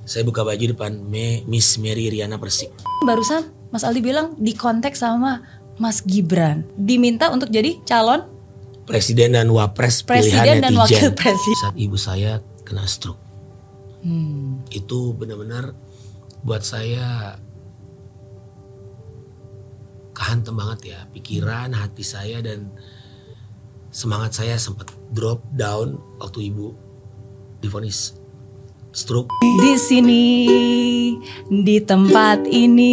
Saya buka baju depan Miss Mary Riana Persik. Barusan Mas Aldi bilang di kontak sama Mas Gibran, diminta untuk jadi calon Presiden dan Wapres Presiden pilihan dan netizen. Wakil Presiden. Saat ibu saya kena stroke. Itu benar-benar buat saya kehantem banget ya. Pikiran, hati saya dan semangat saya sempat drop down waktu ibu divonis stroke. Di sini, di tempat ini,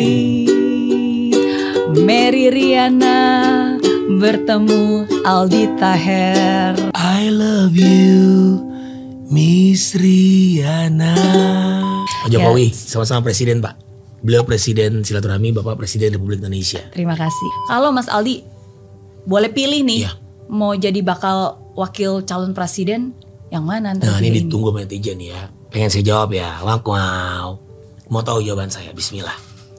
Mary Riana bertemu Aldi Taher. I love you, Miss Riana. Pak Jokowi, sama-sama presiden Pak. Beliau presiden silaturahmi, Bapak Presiden Republik Indonesia. Terima kasih. Kalau Mas Aldi boleh pilih nih, Iya. mau jadi bakal wakil calon presiden yang mana? Nah ini ditunggu sama netizen ya. Pengen saya jawab ya. Wow. Mau tahu jawaban saya? Bismillah.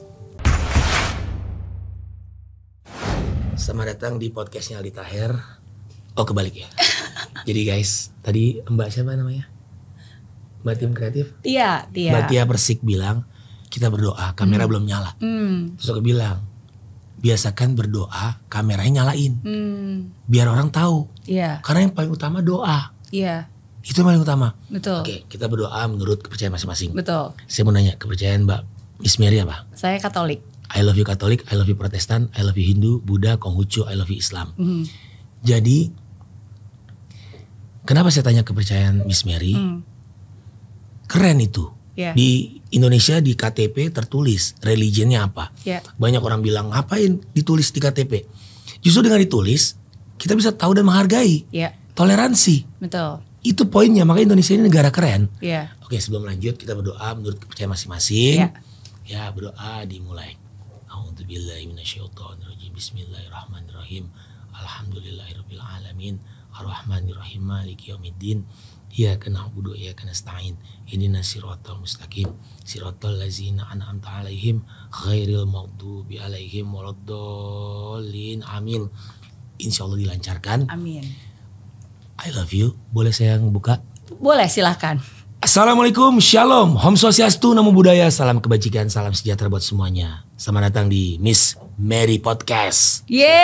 Selamat datang di podcastnya Aldi Taher. Oh kebalik ya. Jadi guys, tadi Mbak siapa namanya? Mbak Tim Kreatif? Tia. Mbak Tia Persik bilang, kita berdoa, kamera belum nyala. Terus aku bilang, biasakan berdoa, kameranya nyalain. Biar orang tahu. Iya. Karena yang paling utama doa. Iya. Itu yang paling utama. Betul. Oke, kita berdoa menurut kepercayaan masing-masing. Betul. Saya mau nanya, kepercayaan Mbak Miss Mary apa? Saya Katolik. I love you Katolik, I love you Protestan, I love you Hindu, Buddha, Konghucu, I love you Islam. Jadi, kenapa saya tanya kepercayaan Miss Mary? Keren itu. Yeah. Di Indonesia di KTP tertulis religionnya apa. Yeah. Banyak orang bilang ngapain ditulis di KTP. Justru dengan ditulis kita bisa tahu dan menghargai. Yeah. Toleransi. Betul. Itu poinnya, makanya Indonesia ini negara keren. Yeah. Oke, sebelum lanjut kita berdoa menurut kepercayaan masing-masing. Yeah. Ya, berdoa dimulai. A'udzubillahi minasyaitonirrajim. Bismillahirrahmanirrahim. Alhamdulillahirabbil alamin. Arrahmanirrahim. Maliki yaumiddin. Iyyaka na'budu wa iyyaka nasta'in. Ihdinas siratal mustaqim. Siratal ladzina an'amta 'alaihim ghairil maghdubi 'alaihim waladdallin. Amin. Insyaallah dilancarkan. Amin. I love you. Boleh saya yang buka? Boleh, silahkan. Assalamualaikum, shalom, Om Swastiastu, Namo Buddhaya, salam kebajikan, salam sejahtera buat semuanya. Selamat datang di Miss Mary Podcast.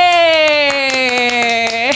Yeay.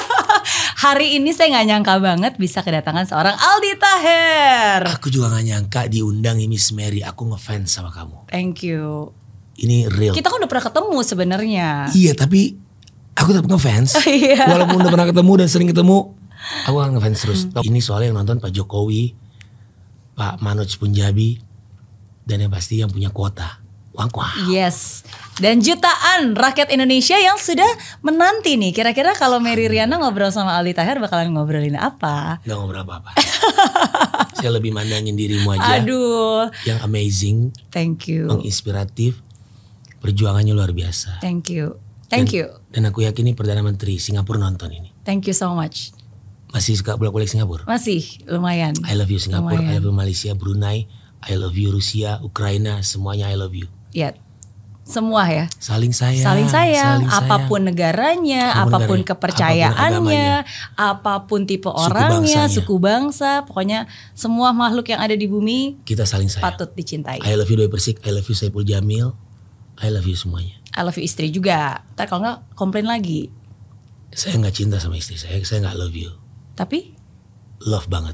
Hari ini saya gak nyangka banget bisa kedatangan seorang Aldi Taher. Aku juga gak nyangka diundang Miss Mary, aku ngefans sama kamu. Thank you. Ini real. Kita kan udah pernah ketemu sebenarnya. Iya, tapi aku tetap ngefans. Iya. Walaupun udah pernah ketemu dan sering ketemu, aku akan ngefans terus. Ini soalnya yang nonton Pak Jokowi, Pak Manoj Punjabi, dan yang pasti yang punya kuota. Wow. Yes. Dan jutaan rakyat Indonesia yang sudah menanti nih. Kira-kira kalau Mary Riana ngobrol sama Aldi Taher bakalan ngobrolin apa? Gak ngobrol apa-apa. Saya lebih mandangin dirimu aja. Aduh. Yang amazing. Thank you. Menginspiratif. Perjuangannya luar biasa. Thank you. Thank you. Dan aku yakin nih Perdana Menteri Singapura nonton ini. Thank you so much. Masih suka bolak-balik Singapura? Masih, lumayan. I love you Singapura, Lumayan. I love you Malaysia, Brunei, I love you Rusia, Ukraina, semuanya I love you. Ya, semua ya. Saling sayang. Saling sayang, saling sayang. apapun negaranya, apapun kepercayaannya, apapun tipe orangnya, bangsanya. suku bangsa, pokoknya semua makhluk yang ada di bumi Kita saling sayang. patut dicintai. I love you Doi Persik, I love you Saipul Jamil, I love you semuanya. I love you istri juga. Ntar kalau nggak komplain lagi. Saya gak cinta sama istri saya gak love you. Tapi Love banget.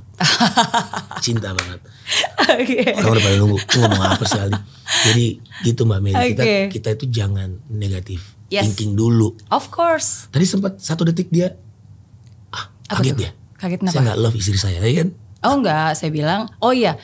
Cinta banget. Oke. Orang udah pada nunggu ngomong apa sih Ali. Jadi gitu Mbak Mary, Oke. kita itu jangan negatif Yes. thinking dulu. Of course. Tadi sempat 1 detik dia Apa kaget tuh? dia. Kaget kenapa? Saya gak love istri saya, tadi kan? Oh enggak, saya bilang, oh iya,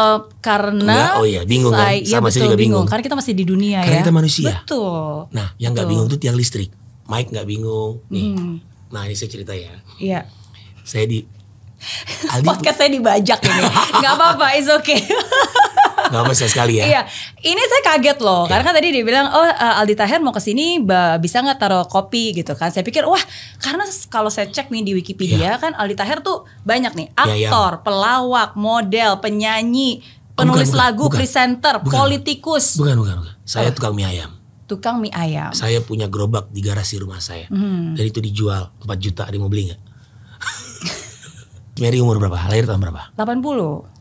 karena Enggak, oh iya, bingung kan? iya Sama saya betul, juga bingung. Karena kita masih di dunia Karena ya. kita manusia. Betul. Nah, yang gak bingung tuh tiang listrik. Mike gak bingung. Nih. Nah, ini saya cerita ya. Iya. Saya di Aldi Podcast saya dibajak ini. Gak apa-apa, it's okay. gak apa saya sekali ya. Iya, ini saya kaget loh. Karena kan tadi dia bilang, oh Aldi Taher mau kesini, bisa gak taruh kopi gitu kan. Saya pikir, wah karena kalau saya cek nih di Wikipedia kan Aldi Taher tuh banyak nih. Aktor, pelawak, model, penyanyi, penulis lagu, presenter, politikus. Bukan. Saya tukang mie ayam. Tukang mie ayam. Saya punya gerobak di garasi rumah saya. Dan itu dijual 4 juta. Ada yang mau beli gak? Mary umur berapa? Lahir tahun berapa? 80.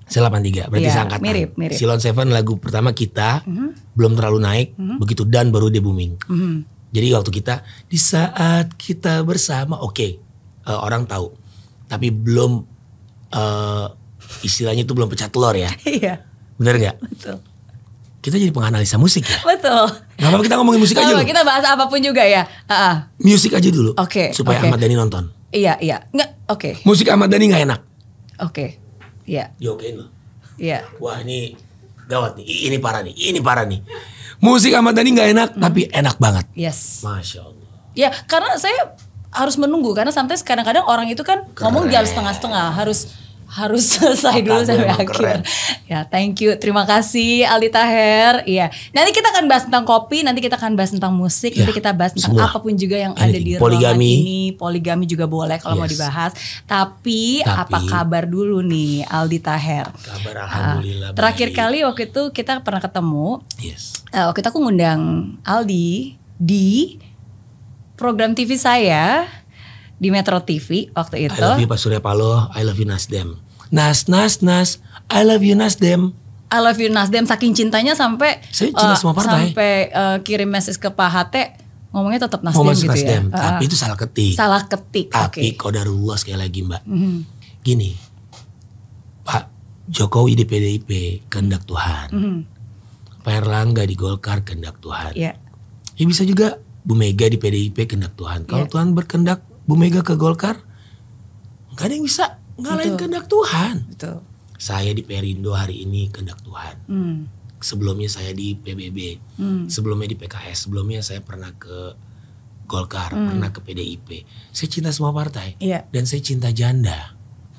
Saya 83, berarti seangkatan. Mirip. Silon Seven lagu pertama kita belum terlalu naik, begitu dan baru dia booming. Jadi waktu kita di saat kita bersama, orang tahu, tapi belum istilahnya itu belum pecah telur ya. Iya. Bener nggak? Betul. Kita jadi penganalisa musik ya. Betul. Gak apa-apa kita ngomongin musik aja loh. Kita bahas apapun juga ya. Musik aja dulu. Oke. Supaya Ahmad Dhani nonton. Iya. Nggak. Oke. Musik Ahmad Dhani nggak enak. Oke. Iya. Diokein loh. Iya. Wah ini gawat nih. Ini parah nih. Musik Ahmad Dhani nggak enak tapi enak banget. Yes. Masya Allah. Ya karena saya harus menunggu karena sometimes kadang-kadang orang itu kan ngomong jam setengah-setengah harus selesai dulu sampai akhir. Keren. Ya, thank you. Terima kasih Aldi Taher. Iya. Nanti kita akan bahas tentang kopi, nanti kita akan bahas tentang musik, nanti kita bahas tentang apapun juga yang ada di ruangan ini. Poligami juga boleh kalau mau dibahas. Tapi apa kabar dulu nih Aldi Taher? Kabar alhamdulillah. Terakhir kali waktu itu kita pernah ketemu. Yes. Waktu itu aku ngundang Aldi di program TV saya di Metro TV waktu itu. I love you Pak Surya Paloh, I love you Nasdem. Nas, I love you Nasdem. I love you Nasdem, saking cintanya sampai saya cinta semua partai. Sampai kirim message ke Pak HT ngomongnya tetap Nasdem gitu Nasdem. ya. Tapi itu salah ketik. Tapi qadarullah sekali lagi Mbak. Gini, Pak Jokowi di PDIP kehendak Tuhan. Pak Erlangga di Golkar kehendak Tuhan. Ya bisa juga Bu Mega di PDIP kehendak Tuhan. Kalau Tuhan berkehendak Bu Mega ke Golkar, gak ada yang bisa ngalahin kehendak Tuhan. Betul. Saya di Perindo hari ini kehendak Tuhan. Sebelumnya saya di PBB, sebelumnya di PKS, sebelumnya saya pernah ke Golkar, pernah ke PDIP. Saya cinta semua partai, dan saya cinta janda.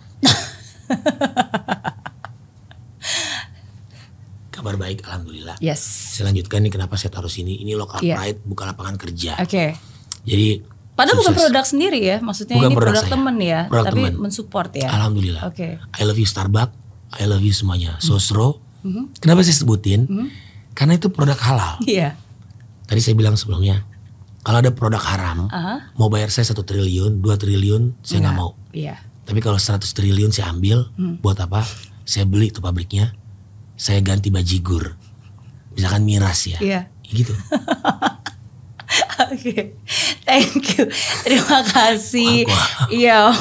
Kabar baik, alhamdulillah. Yes. Saya lanjutkan nih kenapa saya taruh sini. Ini local pride, bukan lapangan kerja. Jadi padahal bukan produk sendiri ya, maksudnya bukan ini produk temen ya, tapi temen. Mensupport ya. Alhamdulillah. I love you Starbucks, I love you semuanya. Sosro. Kenapa saya sebutin? Karena itu produk halal. Iya. Tadi saya bilang sebelumnya, kalau ada produk haram, mau bayar saya 1 triliun, 2 triliun, saya nggak mau. Iya. Tapi kalau 100 triliun saya ambil, buat apa? Saya beli tuh pabriknya, saya ganti bajigur, misalkan miras ya. Iya. Gitu. Oke, thank you, terima kasih. Iya,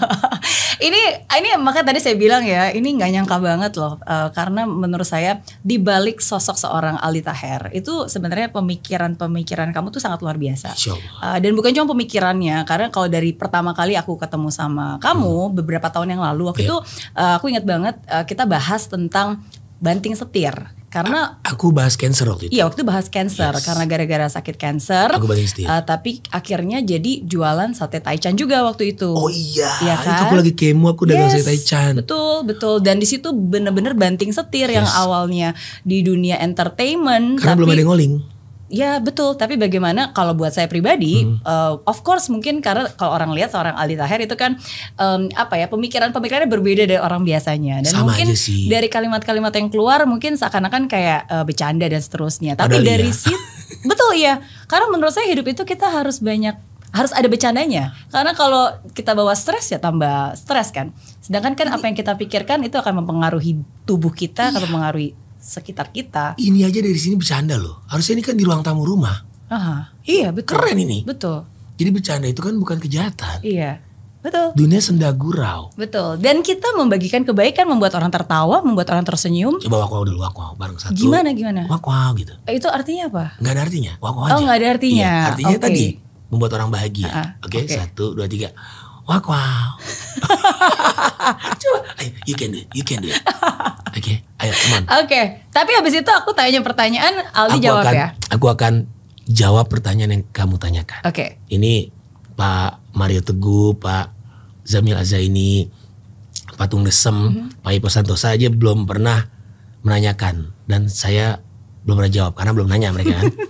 ini makanya tadi saya bilang ya, ini nggak nyangka banget loh, karena menurut saya di balik sosok seorang Aldi Taher itu sebenarnya pemikiran kamu tuh sangat luar biasa. Dan bukan cuma pemikirannya, karena kalau dari pertama kali aku ketemu sama kamu beberapa tahun yang lalu, waktu itu aku ingat banget kita bahas tentang banting setir. Karena aku bahas cancer waktu itu. Iya, waktu itu bahas cancer karena gara-gara sakit cancer. Aku banting setir. Tapi akhirnya jadi jualan sate taichan juga waktu itu. Oh iya, ya kan? Itu aku lagi kemo, aku dagang sate taichan. Betul. Dan di situ bener-bener banting setir yang awalnya di dunia entertainment. Karena belum ada yang ngoling. Ya betul, tapi bagaimana kalau buat saya pribadi, of course mungkin karena kalau orang lihat seorang Aldi Taher itu kan pemikirannya berbeda dari orang biasanya, dan sama mungkin dari kalimat-kalimat yang keluar mungkin seakan-akan kayak bercanda dan seterusnya. Tapi dari situ betul ya, karena menurut saya hidup itu kita harus ada bercandanya, karena kalau kita bawa stres ya tambah stres kan. Sedangkan kan apa yang kita pikirkan itu akan mempengaruhi tubuh kita, akan mempengaruhi sekitar kita. Ini aja dari sini bercanda loh. Harusnya ini kan di ruang tamu rumah. Iya betul. Keren ini. Betul. Jadi bercanda itu kan bukan kejahatan. Iya. Betul. Dunia senda gurau. Betul. Dan kita membagikan kebaikan, membuat orang tertawa, membuat orang tersenyum. Coba wak-wak dulu, wak-wak bareng satu. Gimana? Wak-wak gitu. Itu artinya apa? Gak ada artinya. Wak-wak aja. Oh, gak ada artinya. Iya, artinya tadi membuat orang bahagia. Oke, 1, 2, 3. Wak-wak. Coba, you can do it. Oke, ayo come on. Oke, tapi habis itu aku tanya pertanyaan, Aldi jawab ya. Aku akan jawab pertanyaan yang kamu tanyakan. Oke. Ini Pak Mario Teguh, Pak Zamil Azaini, Pak Tung Desem, Pak Ipo Santosa aja belum pernah menanyakan, dan saya belum pernah jawab karena belum nanya mereka kan.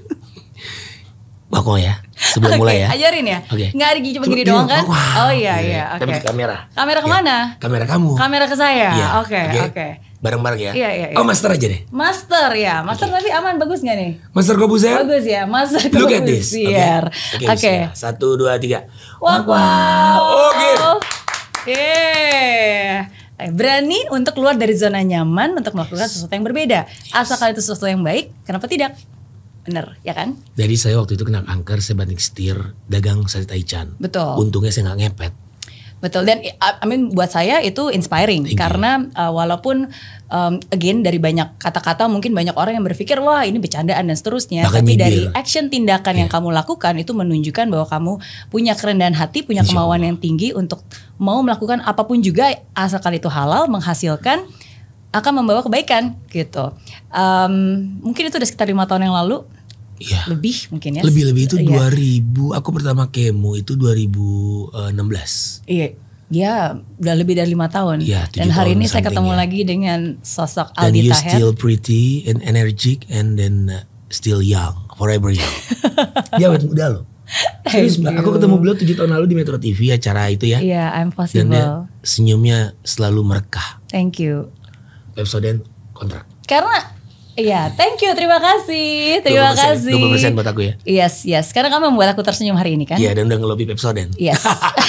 Bako ya, sebelum mulai ya. Ajarin ya. Nggak ada cuma gini doang kan? Oh iya. Tapi ke kamera. Kamera kemana? Kamera kamu. Kamera ke saya. Ya. Oke. Bareng-bareng ya. Iya. Oh, master aja deh. Master ya. Master tapi aman, bagus nggak nih? Master Kobuser. Bagus ya. Master Look at this. Oke. 1, 2, 3. Wow. Oke. Berani untuk keluar dari zona nyaman untuk melakukan sesuatu yang berbeda. Asalkan itu sesuatu yang baik, kenapa tidak? Bener, ya kan? Jadi saya waktu itu kena kanker, saya banting setir dagang sate taichan. Betul. Untungnya saya gak ngepet. Betul, dan buat saya itu inspiring. Karena walaupun again dari banyak kata-kata mungkin banyak orang yang berpikir wah ini bercandaan dan seterusnya. Bahkan tapi nyindir. dari action tindakan yang kamu lakukan itu menunjukkan bahwa kamu punya kerendahan hati, punya kemauan yang tinggi untuk mau melakukan apapun juga asalkan itu halal, menghasilkan, akan membawa kebaikan gitu. Mungkin itu udah sekitar 5 tahun yang lalu. Iya. Lebih mungkin ya. Lebih itu 2000. Aku pertama kemo itu 2016. Iya. Ya udah lebih dari 5 tahun. Ya, dan hari ini saya ketemu ya. lagi dengan sosok And Aldi you Taher. still pretty and energetic and then still young, forever young. Dia awet muda loh. Serius Mbak, aku ketemu beliau 7 tahun lalu di Metro TV acara itu ya. Iya, I'm possible. Dan dia senyumnya selalu merekah. Thank you. Pepsodent kontrak. Karena iya, thank you, terima kasih. Terima 20%, kasih. 20% buat aku ya. Yes. Karena kamu membuat aku tersenyum hari ini kan? Iya, dan udah ngelobi Pepsodent. Yes.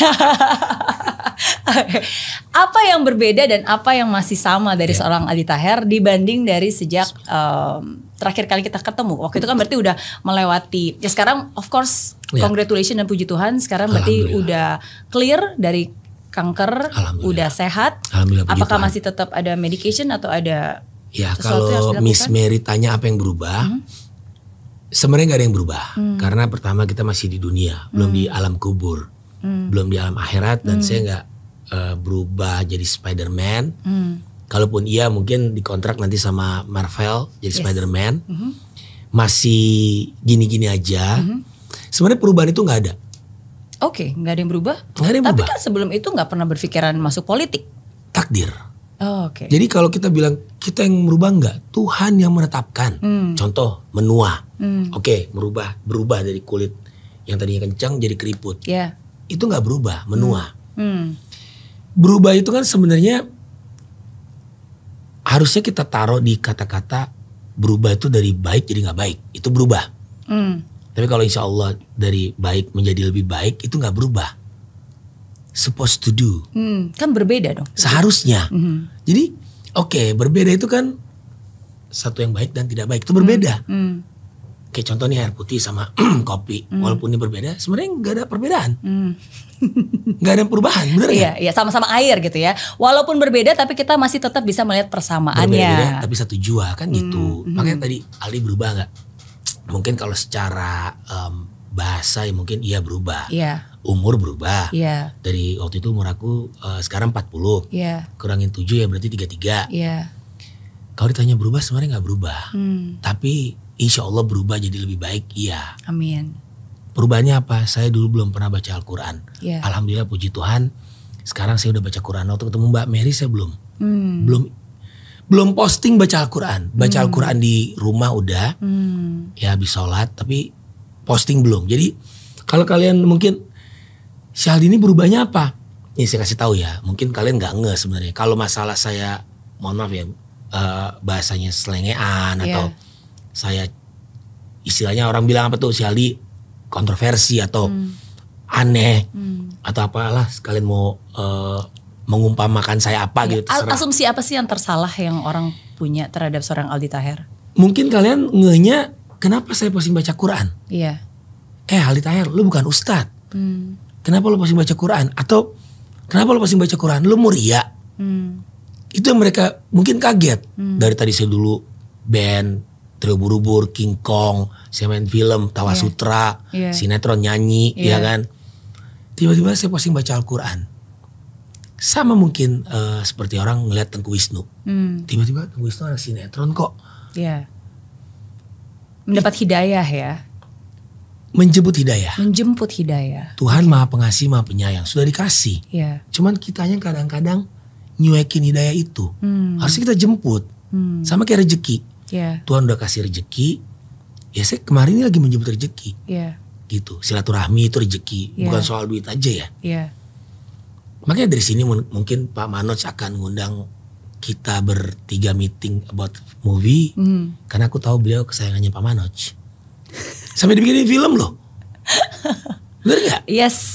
Apa yang berbeda dan apa yang masih sama dari seorang Aldi Taher dibanding dari sejak terakhir kali kita ketemu? Waktu itu kan berarti udah melewati. Ya sekarang of course congratulations dan puji Tuhan. Sekarang berarti udah clear dari kanker, udah sehat. Apakah masih tetap ada medication atau ada? Ya kalau Miss Mary tanya apa yang berubah, sebenarnya nggak ada yang berubah. Karena pertama kita masih di dunia, belum di alam kubur, belum di alam akhirat, dan saya nggak berubah jadi Spider-Man. Kalaupun iya mungkin dikontrak nanti sama Marvel jadi Spider-Man. Masih gini-gini aja. Sebenarnya perubahan itu nggak ada. Oke, nggak ada yang berubah. Nggak ada yang Tapi berubah. kan sebelum itu nggak pernah berpikiran masuk politik. Takdir. Oh, oke. Jadi kalau kita bilang kita yang merubah enggak, Tuhan yang menetapkan. Contoh menua. Oke, berubah dari kulit yang tadinya kencang jadi keriput. Yeah. Itu nggak berubah, menua. Berubah itu kan sebenarnya harusnya kita taruh di kata-kata berubah itu dari baik jadi nggak baik. Itu berubah. Tapi kalau insya Allah dari baik menjadi lebih baik itu nggak berubah. Supposed to do. Kan berbeda dong. Seharusnya. Jadi oke, berbeda itu kan satu yang baik dan tidak baik itu berbeda. Kayak contoh nih air putih sama kopi. Walaupun ini berbeda sebenarnya nggak ada perbedaan. Nggak ada perubahan, bener Iya, iya sama-sama air gitu ya. Walaupun berbeda tapi kita masih tetap bisa melihat persamaannya. Berbeda tapi satu jua kan gitu. Makanya tadi Aldi berubah nggak? Mungkin kalau secara bahasa ya mungkin iya berubah. Iya. Umur berubah. Iya. Dari waktu itu umur aku sekarang 40. Iya. Kurangin 7 ya berarti 33. Iya. Kalau ditanya berubah sebenarnya nggak berubah. Tapi insya Allah berubah jadi lebih baik, iya. Amin. Perubahannya apa? Saya dulu belum pernah baca Al-Quran. Yeah. Alhamdulillah puji Tuhan. Sekarang saya udah baca Quran. Waktu ketemu Mbak Mary saya belum. Belum posting baca Al-Quran. Baca Al-Quran di rumah udah. Ya habis sholat. Tapi posting belum. Jadi kalau kalian mungkin si Aldi ini berubahnya apa? Ini saya kasih tahu ya. Mungkin kalian nggak nge sebenarnya. Kalau masalah saya, mohon maaf ya, bahasanya selengean atau saya istilahnya orang bilang apa tuh si Aldi kontroversi atau aneh atau apalah sekalian mau mengumpamakan saya apa gitu. Asumsi apa sih yang tersalah yang orang punya terhadap seorang Aldi Taher? Mungkin kalian ngehnya kenapa saya posting baca Quran? Iya. Aldi Taher lu bukan ustadz. Kenapa lu posting baca Quran? Atau kenapa lu posting baca Quran? Lu mau riya? Itu yang mereka mungkin kaget. Dari tadi saya dulu band Trio Buru-Buru, King Kong, saya main film, Tawa Sutra, sinetron, nyanyi, ya kan. Tiba-tiba saya posting baca Al-Quran. Sama mungkin seperti orang ngeliat Tengku Wisnu. Tiba-tiba Tengku Wisnu anak sinetron kok. Iya. Mendapat hidayah ya. Menjemput hidayah. Menjemput hidayah. Tuhan Maha Pengasih, Maha Penyayang. Sudah dikasih. Iya. Cuman kitanya kadang-kadang nyuekin hidayah itu. Harusnya kita jemput. Sama kayak rezeki. Yeah. Tuhan udah kasih rezeki. Ya saya kemarin ini lagi menjemput rezeki. Gitu. Silaturahmi itu rezeki. Bukan soal duit aja ya. Makanya dari sini mungkin Pak Manoj akan ngundang kita bertiga meeting about movie. Karena aku tahu beliau kesayangannya Pak Manoj. Sampai dibikinin film loh. Bener gak? Yes.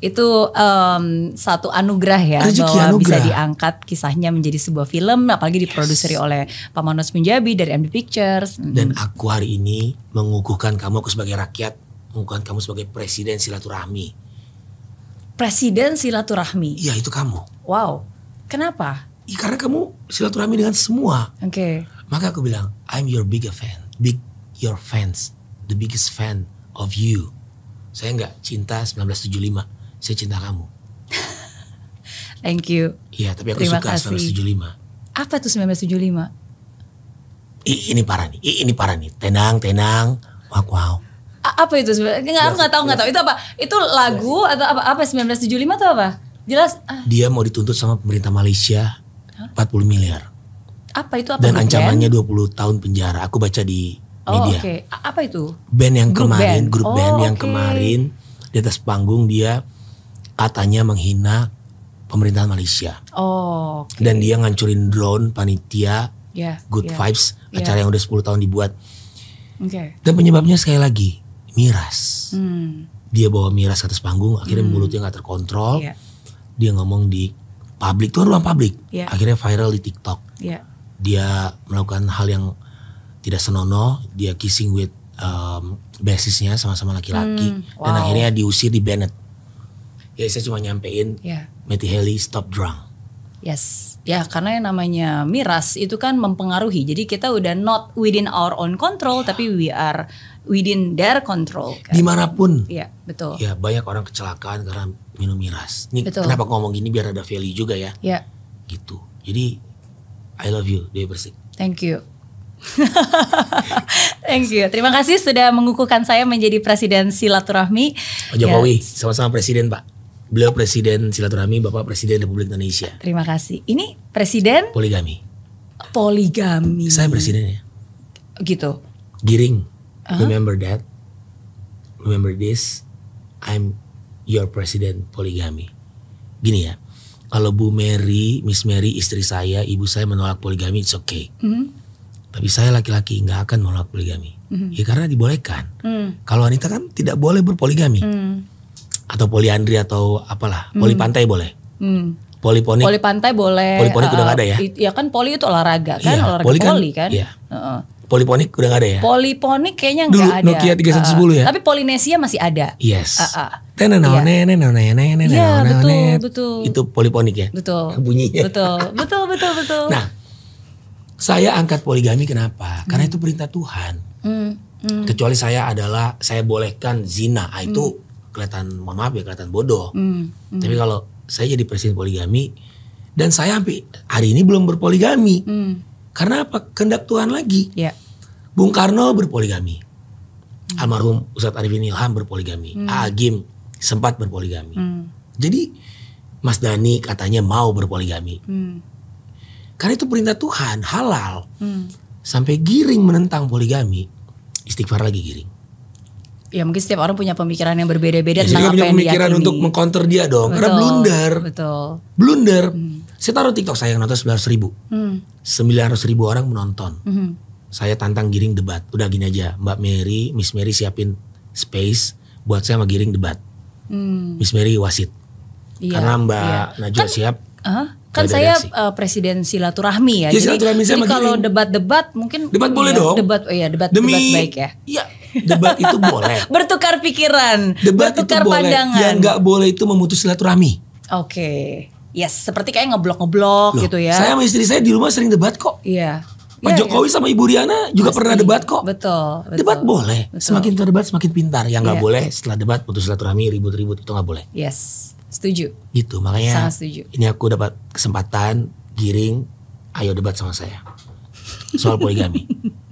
Itu satu anugerah ya, rezeki bahwa anugerah. bisa diangkat kisahnya menjadi sebuah film, apalagi diproduseri oleh Pak Manoj Punjabi dari MD Pictures. Dan aku hari ini mengukuhkan kamu, aku sebagai rakyat, mengukuhkan kamu sebagai presiden silaturahmi. Presiden silaturahmi. Iya, itu kamu. Wow, kenapa? Ya, karena kamu silaturahmi dengan semua. Oke. Maka aku bilang, I'm your your fans, the biggest fan of you. Saya nggak cinta 1975, saya cinta kamu. Thank you. Iya, tapi aku Terima suka kasih. 1975. Apa tuh 1975? Ini parah nih. Tenang. Wow. Apa itu sebenarnya? Aku nggak tahu. Itu apa? Itu lagu atau apa 1975 atau apa? Jelas. Dia mau dituntut sama pemerintah Malaysia 40 miliar. Apa itu? Dan ancamannya 20 tahun penjara. Aku baca di media. Oke. Apa itu? Band yang Grup kemarin, band. grup band yang Oke. kemarin di atas panggung dia katanya menghina pemerintahan Malaysia. Oh. Oke. Dan dia ngancurin drone panitia Ya. Good ya. Vibes, Ya. acara yang udah 10 tahun dibuat. Oke. Dan penyebabnya sekali lagi miras. Hmm. Dia bawa miras ke atas panggung, akhirnya mulutnya gak terkontrol. Iya. Dia ngomong di publik, tuh ruang publik. Iya. Akhirnya viral di TikTok. Ya. Dia melakukan hal yang tidak senonoh, dia kissing with basisnya sama-sama laki-laki. Dan wow. akhirnya diusir di Bennett. Ya saya cuma nyampein, Ya. Matty Haley stop drunk. Yes. Ya, karena yang namanya miras itu kan mempengaruhi. Jadi kita udah not within our own control, tapi we are within their control. Kan? Dimanapun. Iya, betul. Ya banyak orang kecelakaan karena minum miras. Ini Betul. kenapa aku ngomong gini biar ada value juga ya. Ya, Gitu. Jadi I love you Dewi Persik. thank you. Thank you. Terima kasih sudah mengukuhkan saya menjadi presiden silaturahmi. Pak Jokowi sama-sama presiden Pak. Beliau presiden silaturahmi, Bapak presiden Republik Indonesia. Terima kasih. Ini presiden Poligami. poligami. Saya presidennya. Gitu. Giring. Remember that. Remember this. I'm your president poligami. Gini ya. Kalau Bu Mary, Miss Mary, istri saya, ibu saya menolak poligami, it's okay. Tapi saya laki-laki nggak akan menolak poligami. Ya karena dibolehkan. Kalau wanita kan tidak boleh berpoligami. Atau poliandri atau apalah. Poli pantai boleh. Poliponik. Poli pantai boleh. Poliponik udah nggak ada ya? Ya kan poli itu olahraga kan, Iya, olahraga poli kan, kan. iya. Poliponik udah nggak ada ya? Poliponik kayaknya Dulu nggak ada. Nokia 3110 ya? Tapi Polinesia masih ada. Yes. Iya, Iya, betul. Itu poliponik ya? Betul. Bunyinya. Betul. Nah, saya angkat poligami kenapa? Karena itu perintah Tuhan. Kecuali saya bolehkan zina, itu kelihatan, mohon maaf ya, kelihatan bodoh. Tapi kalau saya jadi presiden poligami dan saya sampai hari ini belum berpoligami. Karena apa? Kehendak Tuhan lagi. Ya. Bung Karno berpoligami. Almarhum Ustadz Arifin Ilham berpoligami. Agim sempat berpoligami. Jadi Mas Dhani katanya mau berpoligami. Karena itu perintah Tuhan, halal. Sampai Giring menentang poligami. Istighfar lagi Giring. Ya mungkin setiap orang punya pemikiran yang berbeda-beda Ya, tentang apa punya yang pemikiran diyakini. untuk mengcounter dia dong. Karena blunder. Betul. Blunder. Saya taruh TikTok saya yang nonton 900.000. 900.000 orang menonton. Saya tantang Giring debat. Udah gini aja, Mbak Mary, Miss Mary siapin space buat saya sama Giring debat. Miss Mary wasit. Iya, Karena Mbak Najwa siap. Kan saya presiden silaturahmi ya. Ya, silaturahmi jadi sama kalau Giring. debat-debat mungkin Debat boleh dong. Debat debat Demi baik ya. Iya, debat itu boleh. Bertukar pikiran, Debat itu bertukar boleh. pandangan. Yang nggak boleh itu memutus silaturahmi. Oke. Yes, seperti kayak ngeblok-ngeblok Loh, gitu ya. Saya sama istri saya di rumah sering debat kok. Iya. Pak Jokowi sama Ibu Riana juga pernah debat kok. Betul. Debat boleh. Semakin kita debat semakin pintar. Yang nggak Iya. boleh setelah debat putus silaturahmi, ribut-ribut itu nggak boleh. Yes, setuju. Gitu, makanya Sangat setuju. ini aku dapat kesempatan, Giring, ayo debat sama saya soal poligami.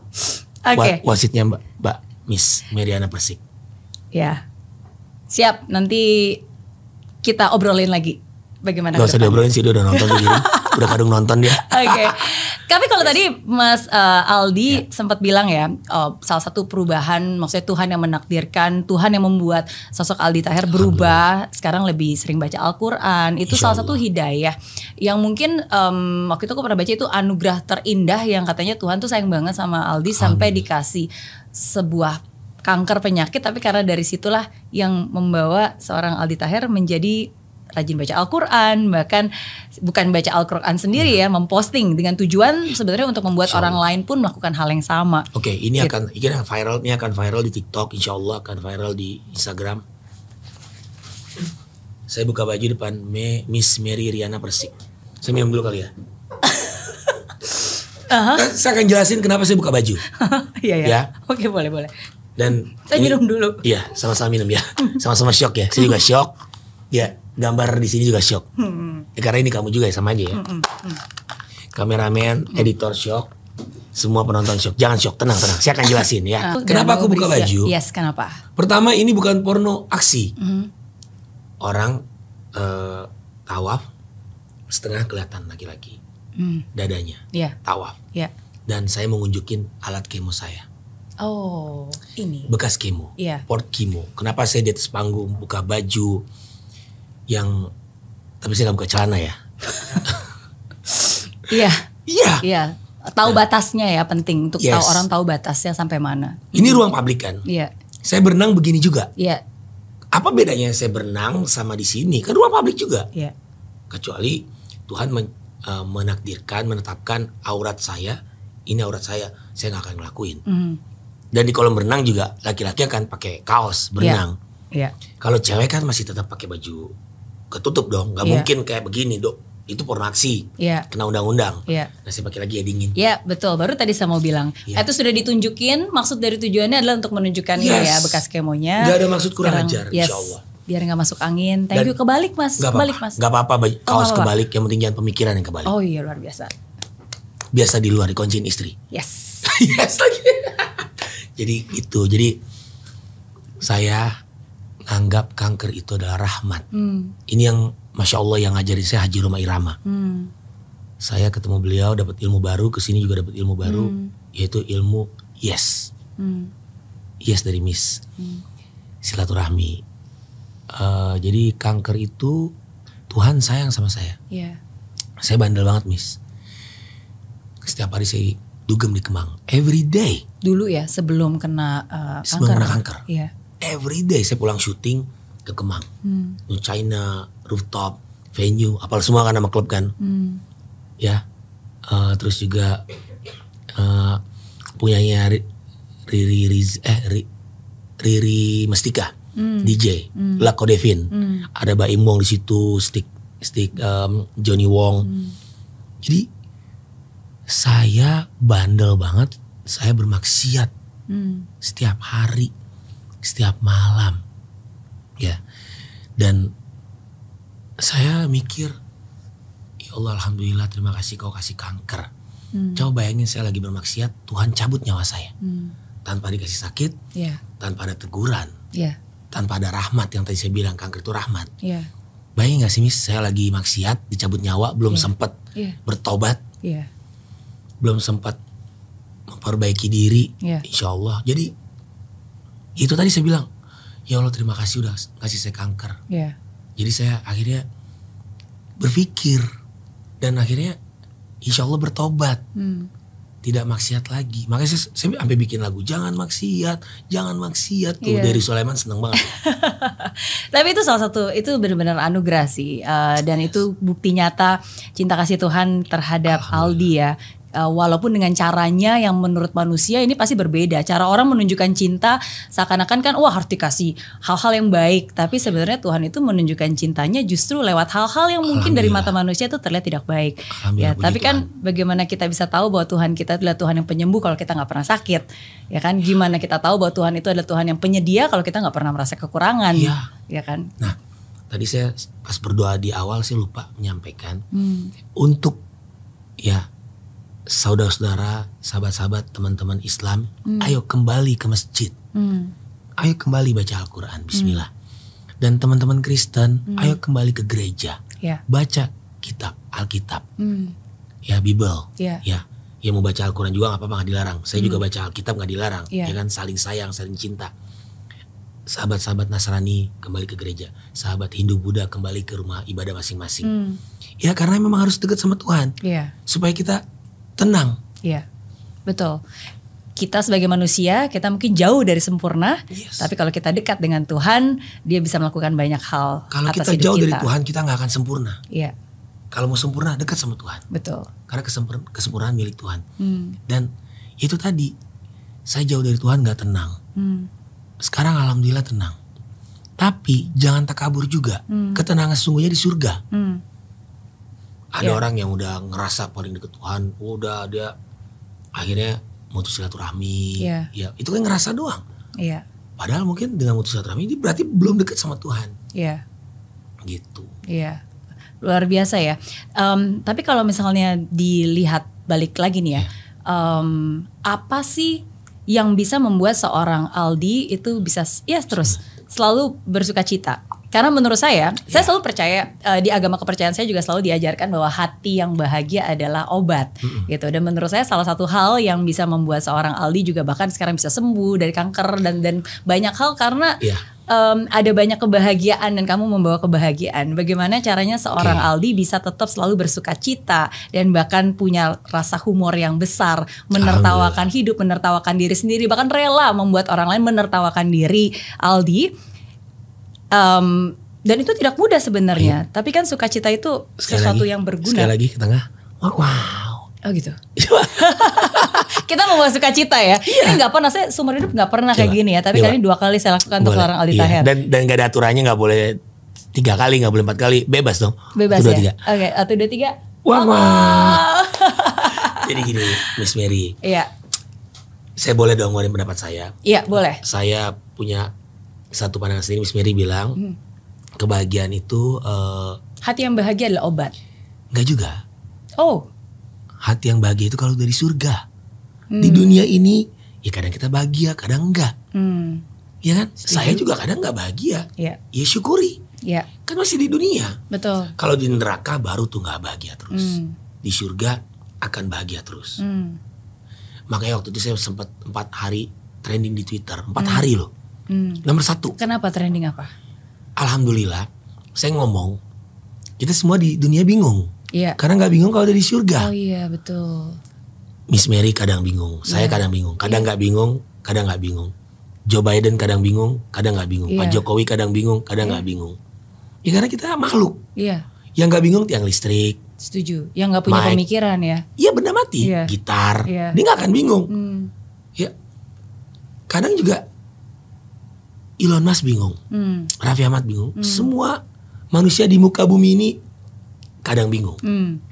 Oke. Wasitnya Mbak Miss Meriana Persik. Ya. Siap, nanti kita obrolin lagi bagaimana Gak ke usah depan. diobrolin sih, dia udah nonton tuh Giring. Udah kadung nonton dia. Oke. Tapi kalau tadi Mas Aldi sempat bilang ya, salah satu perubahan, maksudnya Tuhan yang menakdirkan, Tuhan yang membuat sosok Aldi Taher berubah, sekarang lebih sering baca Al-Quran. Itu Insya salah satu hidayah yang mungkin waktu itu aku pernah baca itu anugerah terindah yang katanya Tuhan tuh sayang banget sama Aldi sampai dikasih sebuah kanker penyakit, tapi karena dari situlah yang membawa seorang Aldi Taher menjadi rajin baca Al-Quran, bahkan bukan baca Al-Quran sendiri ya, memposting dengan tujuan sebenarnya untuk membuat orang lain pun melakukan hal yang sama. Oke, ini akan viral di TikTok, insya Allah akan viral di Instagram. Saya buka baju depan Miss Mary Riana Persik. Saya minum dulu kali ya. Saya akan jelasin kenapa saya buka baju. Iya. Ya. Oke, boleh. Dan saya minum dulu. Iya, sama-sama minum ya. Sama-sama shock ya. Saya juga shock. Ya, gambar di sini juga shock. Ya, karena ini kamu juga ya, sama aja ya. Kameramen, editor shock. Semua penonton shock. Jangan shock, tenang. Saya akan jelasin ya. Kenapa aku buka baju? Yes, kenapa? Pertama, ini bukan porno aksi. Orang tawaf setengah kelihatan laki-laki. Dadanya. Tawaf. Dan saya mau nunjukin alat kemo saya. Oh, ini. Bekas kemo. Port kemo. Kenapa saya di atas panggung buka baju yang, tapi saya gak buka celana ya. Iya. Tahu batasnya ya, penting untuk tahu orang tahu batasnya sampai mana. Ini ruang publik kan. Saya berenang begini juga. Apa bedanya saya berenang sama di sini? Kan ruang publik juga. Kecuali Tuhan menakdirkan, menetapkan aurat saya, ini aurat saya gak akan ngelakuin. Dan di kolam renang juga laki-laki akan pakai kaos berenang. Kalau cewek kan masih tetap pakai baju ketutup dong, nggak mungkin kayak begini dok. Itu porno aksi, kena undang-undang. Nah saya pakai lagi ya dingin. Betul. Baru tadi saya mau bilang, itu sudah ditunjukin. Maksud dari tujuannya adalah untuk menunjukkan ini ya bekas kemonya. Gak ada maksud kurang ajar, insya Allah. Biar nggak masuk angin. Thank you, kebalik mas. Gak apa-apa, kaos kebalik. Yang penting jangan pemikiran yang kebalik. Oh iya, luar biasa. Biasa di luar dikunciin istri. Yes lagi. Jadi saya anggap kanker itu adalah rahmat. Ini yang Masya Allah yang ngajarin saya Haji Roma Irama. Saya ketemu beliau, dapat ilmu baru, kesini juga dapat ilmu baru, yaitu ilmu yes dari Miss. Silaturahmi. Jadi kanker itu Tuhan sayang sama saya. Saya bandel banget Miss. Setiap hari saya dugem di Kemang, every day. Dulu ya, sebelum kena kanker. Sebelum kena kanker. Every day saya pulang syuting ke Kemang, New China, rooftop, venue, apal semua kan nama klub kan, terus juga punyanya Riri Mestika, DJ, Lako Devin, ada Baim Wong di situ, stick Johnny Wong. Jadi saya bandel banget, saya bermaksiat setiap hari. Setiap malam dan saya mikir, ya Allah alhamdulillah, terima kasih kau kasih kanker. Coba bayangin saya lagi bermaksiat, Tuhan cabut nyawa saya tanpa dikasih sakit, tanpa ada teguran, tanpa ada rahmat. Yang tadi saya bilang kanker itu rahmat. Bayangin gak sih Miss, saya lagi maksiat dicabut nyawa, belum sempat bertobat, belum sempat memperbaiki diri, insya Allah. Jadi itu tadi saya bilang, ya Allah terima kasih udah ngasih saya kanker. Jadi saya akhirnya berpikir dan akhirnya insya Allah bertobat, tidak maksiat lagi. Makanya saya sampai bikin lagu jangan maksiat tuh dari Sulaiman, seneng banget. Tapi itu salah satu, itu benar-benar anugerah sih, dan itu bukti nyata cinta kasih Tuhan terhadap Aldi ya. Walaupun dengan caranya yang menurut manusia ini pasti berbeda. Cara orang menunjukkan cinta seakan-akan kan wah harus dikasih hal-hal yang baik. Tapi sebenarnya Tuhan itu menunjukkan cintanya justru lewat hal-hal yang mungkin dari mata manusia itu terlihat tidak baik. Ya, tapi kan bagaimana kita bisa tahu bahwa Tuhan kita adalah Tuhan yang penyembuh kalau kita gak pernah sakit. Ya kan, gimana kita tahu bahwa Tuhan itu adalah Tuhan yang penyedia kalau kita gak pernah merasa kekurangan. Ya kan. Nah tadi saya pas berdoa di awal saya lupa menyampaikan untuk saudara-saudara, sahabat-sahabat, teman-teman Islam, ayo kembali ke masjid. Ayo kembali baca Al-Quran, bismillah. Dan teman-teman Kristen, ayo kembali ke gereja. Baca kitab, Alkitab. Bible. Ya mau baca Al-Quran juga gak apa-apa, gak dilarang. Saya juga baca Alkitab gak dilarang. Ya kan, saling sayang, saling cinta. Sahabat-sahabat Nasrani kembali ke gereja. Sahabat Hindu Buddha kembali ke rumah ibadah masing-masing. Ya karena memang harus dekat sama Tuhan. Supaya kita tenang. Iya, betul. kita sebagai manusia, kita mungkin jauh dari sempurna. Yes. Tapi kalau kita dekat dengan Tuhan, Dia bisa melakukan banyak hal. Kalau kita jauh dari Tuhan, kita gak akan sempurna. Iya. Kalau mau sempurna, dekat sama Tuhan. Betul. Karena kesempurnaan milik Tuhan. Dan itu tadi, saya jauh dari Tuhan gak tenang. Sekarang alhamdulillah tenang. Tapi jangan takabur juga. Ketenangan sesungguhnya di surga. Ada orang yang udah ngerasa paling dekat Tuhan, udah dia akhirnya mutus silaturahmi, ya itu kan ngerasa doang. Iya. Padahal mungkin dengan mutus silaturahmi, dia berarti belum dekat sama Tuhan. Iya. Gitu. Iya, luar biasa ya. Tapi kalau misalnya dilihat balik lagi nih ya, apa sih yang bisa membuat seorang Aldi itu bisa terus selalu bersuka cita? Karena menurut saya selalu percaya di agama kepercayaan saya juga selalu diajarkan bahwa hati yang bahagia adalah obat, gitu. Dan menurut saya salah satu hal yang bisa membuat seorang Aldi juga bahkan sekarang bisa sembuh dari kanker dan banyak hal karena ada banyak kebahagiaan dan kamu membawa kebahagiaan. Bagaimana caranya seorang Aldi bisa tetap selalu bersuka cita dan bahkan punya rasa humor yang besar, menertawakan hidup, menertawakan diri sendiri, bahkan rela membuat orang lain menertawakan diri Aldi. Dan itu tidak mudah sebenarnya. Tapi kan sukacita itu sesuatu yang berguna. Sekali lagi ke tengah. Wow. Oh gitu. Kita membawa sukacita ya. Ini nggak pernah, saya seumur hidup nggak pernah kayak gini ya. Tapi kali ini 2 kali saya lakukan untuk seorang Aldi Taher. Dan nggak ada aturannya, nggak boleh 3 kali, nggak boleh 4 kali, bebas dong. Bebas 1, 2, ya. 3. Oke, 1, 2, 3. Wow. Jadi gini, Miss Mary. Iya. Saya boleh dong ngomongin pendapat saya. Iya boleh. Saya punya satu pandangan sendiri. Miss Mary bilang kebahagiaan itu hati yang bahagia adalah obat. Enggak juga. Oh. Hati yang bahagia itu kalau dari surga. Di dunia ini ya kadang kita bahagia, kadang enggak. Ya kan? Saya juga kadang enggak bahagia. Ya syukuri. Ya. Kan masih di dunia. Betul. Kalau di neraka baru tuh enggak bahagia terus. Di surga akan bahagia terus. Makanya waktu itu saya sempat 4 hari trending di Twitter. 4 hari loh. Nomor 1. Kenapa trending apa? Alhamdulillah, saya ngomong, kita semua di dunia bingung. Iya. Karena gak bingung kalau dari surga. Oh iya betul. Miss Mary kadang bingung, saya kadang bingung. Kadang gak bingung, kadang gak bingung. Joe Biden kadang bingung, kadang gak bingung. Pak Jokowi kadang bingung, kadang gak bingung. Ya karena kita makhluk. Iya. Yang gak bingung tiang listrik. Setuju. Yang gak punya pemikiran ya. Iya benda mati, gitar. Dia gak akan bingung. Ya. Kadang juga Elon Musk bingung, Raffi Ahmad bingung, semua manusia di muka bumi ini kadang bingung.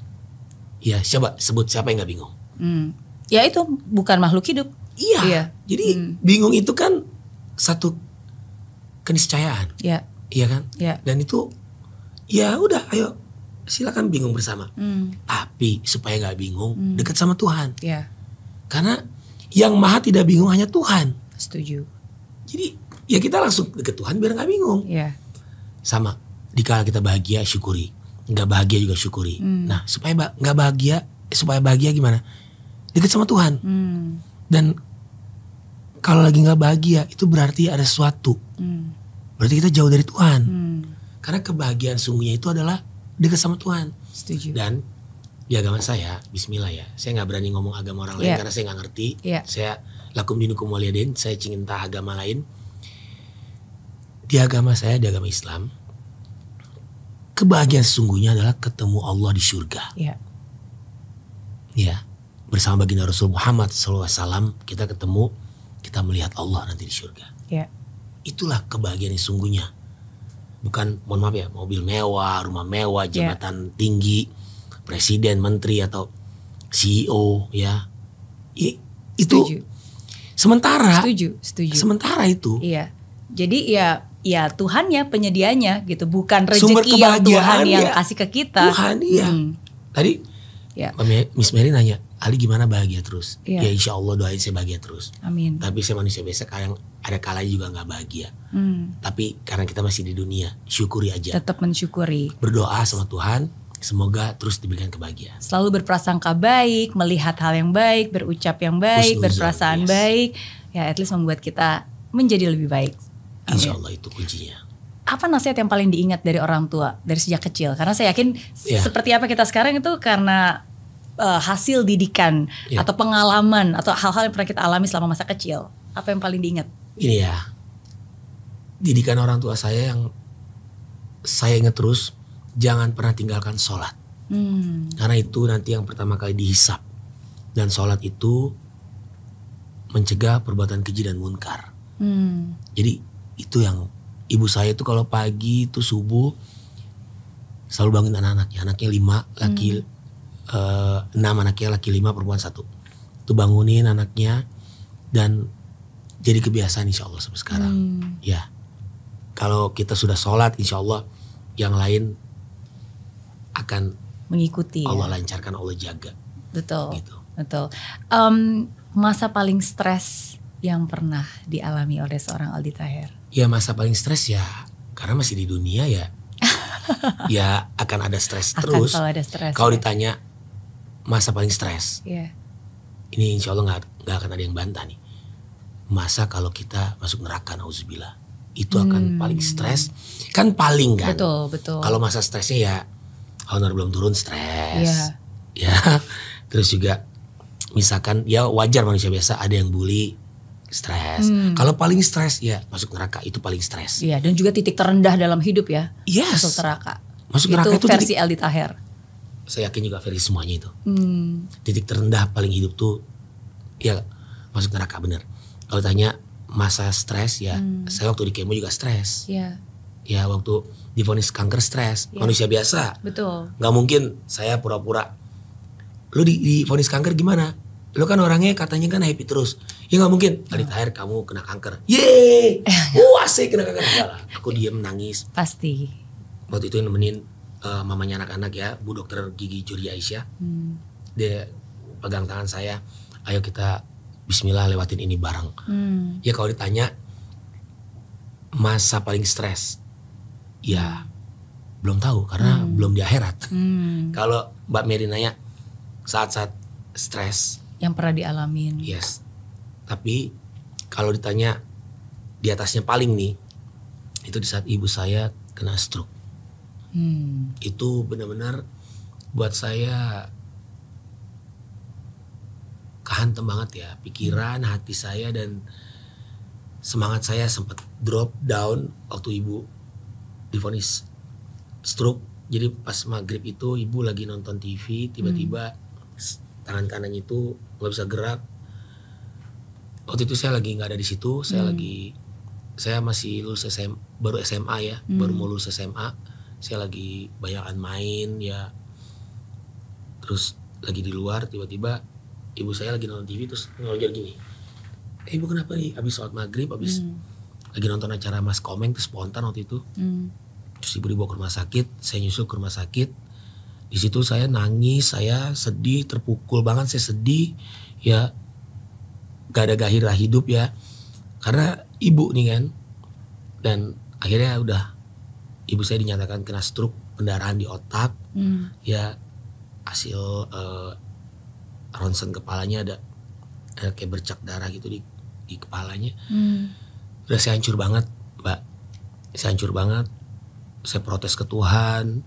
Ya coba sebut siapa yang gak bingung? Ya itu bukan makhluk hidup. Iya. Jadi bingung itu kan satu keniscayaan. Iya. Iya kan? Iya. Dan itu ya udah, ayo silakan bingung bersama. Tapi supaya gak bingung, dekat sama Tuhan. Iya. Karena yang maha tidak bingung hanya Tuhan. Setuju. Jadi ya kita langsung deket Tuhan biar gak bingung. Iya. Sama, dikala kita bahagia syukuri, gak bahagia juga syukuri. Nah supaya gak bahagia, supaya bahagia gimana? Deket sama Tuhan. Dan kalau lagi gak bahagia itu berarti ada sesuatu. Berarti kita jauh dari Tuhan. Karena kebahagiaan sungguhnya itu adalah deket sama Tuhan. Setuju. Dan di agama saya, bismillah ya, saya gak berani ngomong agama orang lain karena saya gak ngerti. Saya lakum dinukum waliyadin, saya cinta agama lain. Di agama saya, di agama Islam, kebahagiaan sesungguhnya adalah ketemu Allah di surga. Ya, bersama baginda Rasul Muhammad SAW kita ketemu, kita melihat Allah nanti di surga. Itulah kebahagiaan yang sesungguhnya. Bukan, mohon maaf ya, mobil mewah, rumah mewah, jabatan tinggi, presiden, menteri atau CEO, ya. Itu Setuju. Sementara. Setuju. Sementara itu. Iya. Jadi ya Tuhannya penyedianya gitu, bukan rezeki yang Tuhan yang kasih ke kita. Tuhan Tadi Miss Mary nanya, Ali gimana bahagia terus? Ya insya Allah doain saya bahagia terus. Amin. Tapi saya manusia biasa, kadang ada kalanya juga gak bahagia. Tapi karena kita masih di dunia, syukuri aja. Tetap mensyukuri. Berdoa sama Tuhan, semoga terus diberikan kebahagiaan. Selalu berprasangka baik, melihat hal yang baik, berucap yang baik, berperasaan baik. Ya at least membuat kita menjadi lebih baik. Insya Allah itu kuncinya. Apa nasihat yang paling diingat dari orang tua dari sejak kecil? Karena saya yakin seperti apa kita sekarang itu karena hasil didikan atau pengalaman atau hal-hal yang pernah kita alami selama masa kecil, apa yang paling diingat? Ini ya, didikan orang tua saya yang saya ingat terus, jangan pernah tinggalkan sholat. Karena itu nanti yang pertama kali dihisap. Dan sholat itu mencegah perbuatan keji dan munkar. Jadi itu yang ibu saya itu kalau pagi itu subuh selalu bangun anak-anaknya. Anaknya 5, laki 6, anaknya laki 5, perempuan 1. Itu bangunin anaknya dan jadi kebiasaan insya Allah sampai sekarang. Ya, kalau kita sudah sholat insya Allah yang lain akan mengikuti. Allah lancarkan, Allah jaga. Betul. Gitu. Betul. Masa paling stres yang pernah dialami oleh seorang Aldi Taher? Ya masa paling stres ya karena masih di dunia ya. Ya akan ada stres terus. Kalau ditanya masa paling stres, ini insya Allah nggak akan ada yang bantah nih. Masa kalau kita masuk neraka, nauzubillah, itu akan paling stres. Kan paling kan. Betul. Kalau masa stresnya ya honor belum turun stres. Ya terus juga misalkan ya wajar manusia biasa ada yang bully, stres. Kalau paling stres ya masuk neraka, itu paling stres. Iya, dan juga titik terendah dalam hidup ya. Yes. Masuk neraka. Masuk neraka itu versi Aldi Taher. Saya yakin juga versi semuanya itu. Titik terendah paling hidup tuh ya masuk neraka, bener. Kalau tanya masa stres ya, saya waktu di kemo juga stres. Iya. Ya waktu divonis kanker stres, manusia biasa. Betul. Gak mungkin saya pura-pura. Lu divonis kanker gimana? Lu kan orangnya katanya kan happy terus. Ya gak mungkin. Aldi Taher kamu kena kanker. Yeay. Wah saya kena kanker. Enggak lah. Aku diem nangis. Pasti. Waktu itu nemenin mamanya anak-anak ya, Bu Dokter Gigi Juria Aisyah. Dia pegang tangan saya. Ayo kita bismillah lewatin ini bareng. Ya kalau ditanya masa paling stres, ya belum tahu karena belum di akhirat. Kalau Mbak Mary nanya saat-saat stres yang pernah dialamin. Yes. Tapi kalau ditanya di atasnya paling nih, itu di saat ibu saya kena stroke. Itu benar-benar buat saya kehantem banget ya, pikiran, hati saya dan semangat saya sempat drop down waktu ibu divonis stroke. Jadi pas maghrib itu ibu lagi nonton TV, tiba-tiba tangan kanannya itu nggak bisa gerak. Waktu itu saya lagi nggak ada di situ, saya masih lulus baru SMA ya, baru mau lulus SMA. Saya lagi banyakan main ya, terus lagi di luar, tiba-tiba ibu saya lagi nonton TV terus ngelonjor gini. Ibu kenapa nih? Abis sholat maghrib, lagi nonton acara Mas Komeng tuh spontan waktu itu. Terus ibu dibawa ke rumah sakit, saya nyusul ke rumah sakit. Di situ saya nangis, saya sedih, terpukul banget, saya sedih ya, gak ada gairah hidup ya, karena ibu nih kan. Dan akhirnya udah ibu saya dinyatakan kena stroke, pendarahan di otak, ya hasil ronsen kepalanya ada kayak bercak darah gitu di kepalanya. Udah saya hancur banget, Mbak, saya hancur banget. Saya protes ke Tuhan,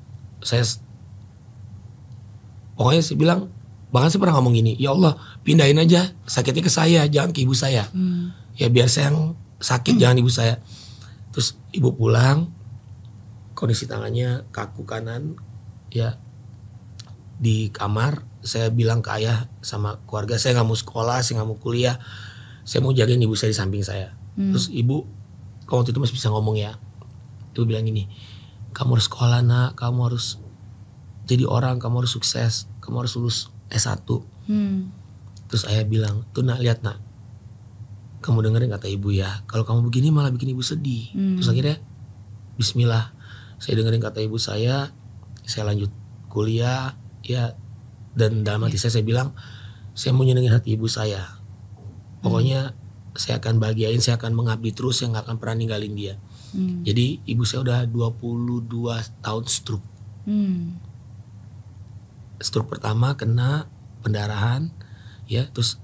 pokoknya saya bilang, bahkan saya pernah ngomong gini, ya Allah pindahin aja sakitnya ke saya, jangan ke ibu saya. Ya biar saya yang sakit, jangan ibu saya. Terus ibu pulang, kondisi tangannya kaku kanan, ya di kamar. Saya bilang ke ayah sama keluarga, saya gak mau sekolah, saya gak mau kuliah, saya mau jagain ibu saya di samping saya. Terus ibu, waktu itu masih bisa ngomong ya, ibu bilang gini, kamu harus sekolah nak, kamu harus jadi orang, kamu harus sukses, kamu harus lulus S1. Terus ayah bilang, tuh nak, lihat nak, kamu dengerin kata ibu ya, kalau kamu begini malah bikin ibu sedih. Terus akhirnya bismillah, saya dengerin kata ibu saya lanjut kuliah ya. Dan dalam hati saya bilang, saya mau nyenengin hati ibu saya, pokoknya saya akan bahagiain, saya akan mengabdi terus, saya gak akan pernah ninggalin dia. Jadi ibu saya udah 22 tahun stroke. Stroke pertama kena pendarahan ya, terus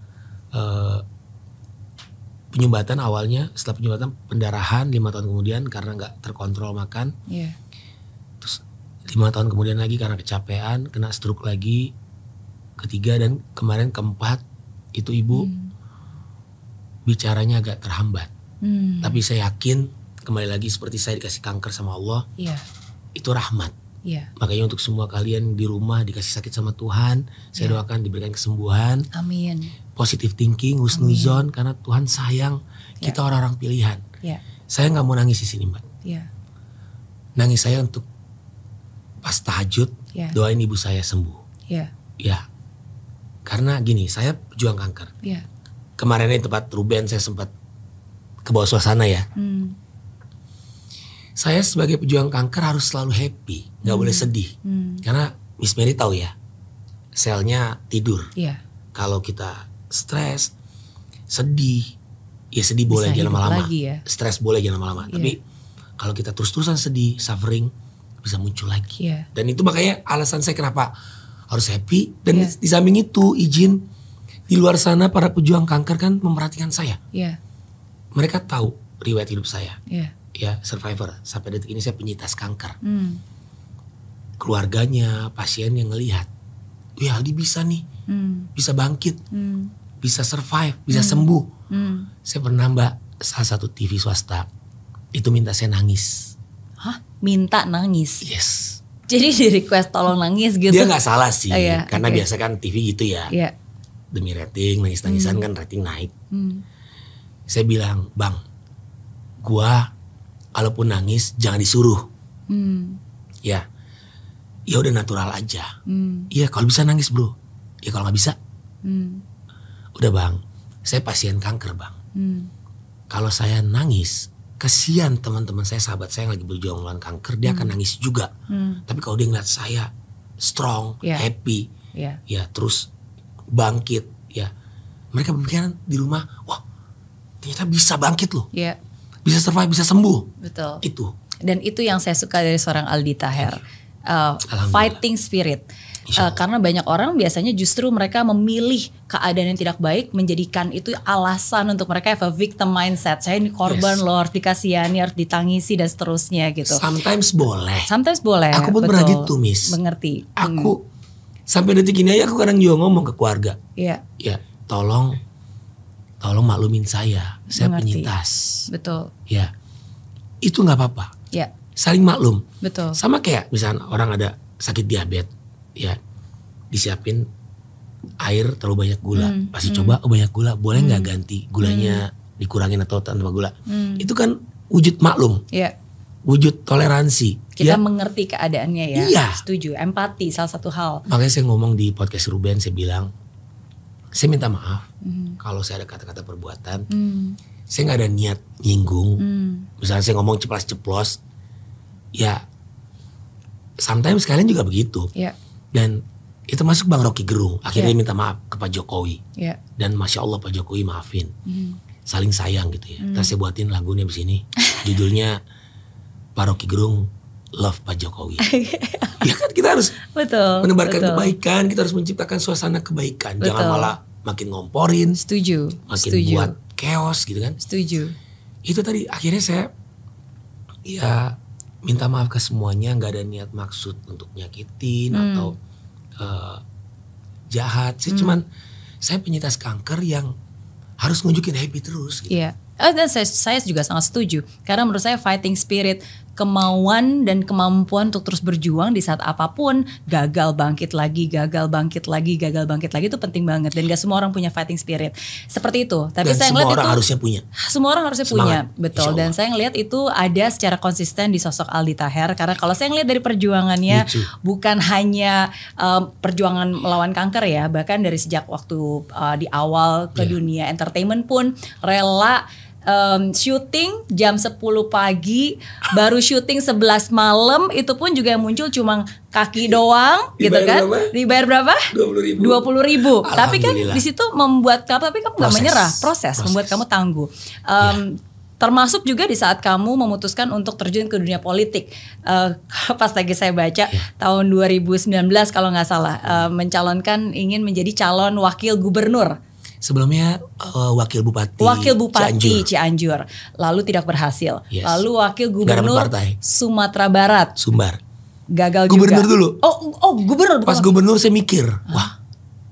penyumbatan awalnya, setelah penyumbatan pendarahan 5 tahun kemudian karena gak terkontrol makan. Terus 5 tahun kemudian lagi karena kecapean kena stroke lagi. ketiga, dan kemarin keempat itu ibu bicaranya agak terhambat. Tapi saya yakin kembali lagi seperti saya dikasih kanker sama Allah, itu rahmat. Makanya untuk semua kalian di rumah dikasih sakit sama Tuhan, saya doakan diberikan kesembuhan. Amin. Positive thinking, husnuzon, karena Tuhan sayang kita orang-orang pilihan. Saya nggak mau nangis di sini, Mbak. Nangis saya untuk pas tahajud, doain ibu saya sembuh. Ya, karena gini, saya pejuang kanker. Kemarin di tempat Ruben saya sempat ke bawah suasana ya. Saya sebagai pejuang kanker harus selalu happy, nggak boleh sedih. Karena Miss Mary tahu ya, selnya tidur. Kalau kita stres, sedih, ya sedih boleh aja lama-lama. Stres boleh aja lama-lama. Tapi kalau kita terus-terusan sedih, suffering, bisa muncul lagi. Dan itu makanya alasan saya kenapa harus happy. Dan di samping itu izin di luar sana para pejuang kanker kan memperhatikan saya. Mereka tahu riwayat hidup saya. Ya, survivor. Sampai detik ini saya penyintas kanker. Keluarganya, pasien yang ngelihat, wih Aldi bisa nih, bisa bangkit, bisa survive, bisa sembuh. Saya pernah Mbak, salah satu TV swasta itu minta saya nangis. Hah? Minta nangis? Yes. Jadi di request tolong nangis gitu? Dia gak salah sih, karena biasa kan TV gitu ya. Demi rating, nangis-nangisan kan rating naik. Saya bilang, Bang, gua kalaupun nangis jangan disuruh. Ya udah natural aja. Iya kalau bisa nangis bro. Ya kalau nggak bisa, udah Bang, saya pasien kanker Bang. Kalau saya nangis, kasihan teman-teman saya, sahabat saya yang lagi berjuang melawan kanker, dia akan nangis juga. Tapi kalau dia ngeliat saya strong, happy, ya terus bangkit, ya mereka berpikiran di rumah, wah ternyata bisa bangkit loh. Bisa survive, bisa sembuh. Betul. Itu. Dan itu yang saya suka dari seorang Aldi Taher. Fighting spirit. Karena banyak orang biasanya justru mereka memilih keadaan yang tidak baik, menjadikan itu alasan untuk mereka have a victim mindset. Saya ini korban loh, harus dikasihani, harus ditangisi dan seterusnya gitu. Sometimes boleh. Aku pun betul. pernah gitu Miss. Mengerti. Aku sampai detik ini aja aku kadang juga ngomong ke keluarga. Ya tolong maklumin saya penyintas. Betul. Ya, itu nggak apa-apa. Saling maklum. Betul. Sama kayak misalnya orang ada sakit diabetes, ya disiapin air terlalu banyak gula, pasti coba banyak gula, boleh nggak ganti gulanya dikurangin atau tanpa gula? Itu kan wujud maklum, wujud toleransi. Kita mengerti keadaannya ya. Setuju. Empati salah satu hal. Makanya saya ngomong di podcast Ruben, saya bilang, saya minta maaf kalau saya ada kata-kata perbuatan, saya nggak ada niat nyinggung. Misalnya saya ngomong ceplas-ceplos, ya sometimes kalian juga begitu. Dan itu masuk Bang Rocky Gerung, akhirnya minta maaf ke Pak Jokowi. Dan Masya Allah Pak Jokowi maafin. Saling sayang gitu ya. Terus saya buatin lagunya di sini, judulnya Pak Rocky Gerung Love Pak Jokowi. Ya kan kita harus menebarkan kebaikan, kita harus menciptakan suasana kebaikan. Jangan malah makin ngomporin. Makin buat chaos gitu kan. Itu tadi akhirnya saya minta maaf ke semuanya, gak ada niat maksud untuk nyakitin atau jahat. Saya penyintas kanker yang harus nunjukin happy terus gitu. Dan saya juga sangat setuju. Karena menurut saya fighting spirit, kemauan dan kemampuan untuk terus berjuang di saat apapun, gagal bangkit lagi itu penting banget. Dan gak semua orang punya fighting spirit seperti itu. Tapi dan saya ngeliat itu harusnya punya. Semua orang harusnya punya, betul. Dan saya ngelihat itu ada secara konsisten di sosok Aldi Taher. Karena kalau saya ngelihat dari perjuangannya, bukan hanya perjuangan melawan kanker ya, bahkan dari sejak waktu di awal ke dunia entertainment pun rela syuting jam 10 pagi, baru syuting 11 malam, itu pun juga yang muncul cuma kaki doang gitu kan. Dibayar berapa? 20.000. Tapi kan di situ membuat kamu, tapi kamu gak menyerah, proses membuat kamu tangguh. Termasuk juga di saat kamu memutuskan untuk terjun ke dunia politik. Pas lagi saya baca tahun 2019 kalau gak salah, mencalonkan ingin menjadi calon wakil gubernur. Sebelumnya wakil bupati Cianjur, lalu tidak berhasil. Lalu wakil gubernur Sumatera Barat, Sumbar, gagal gubernur juga. Dulu. Oh gubernur. Pas gubernur saya mikir, wah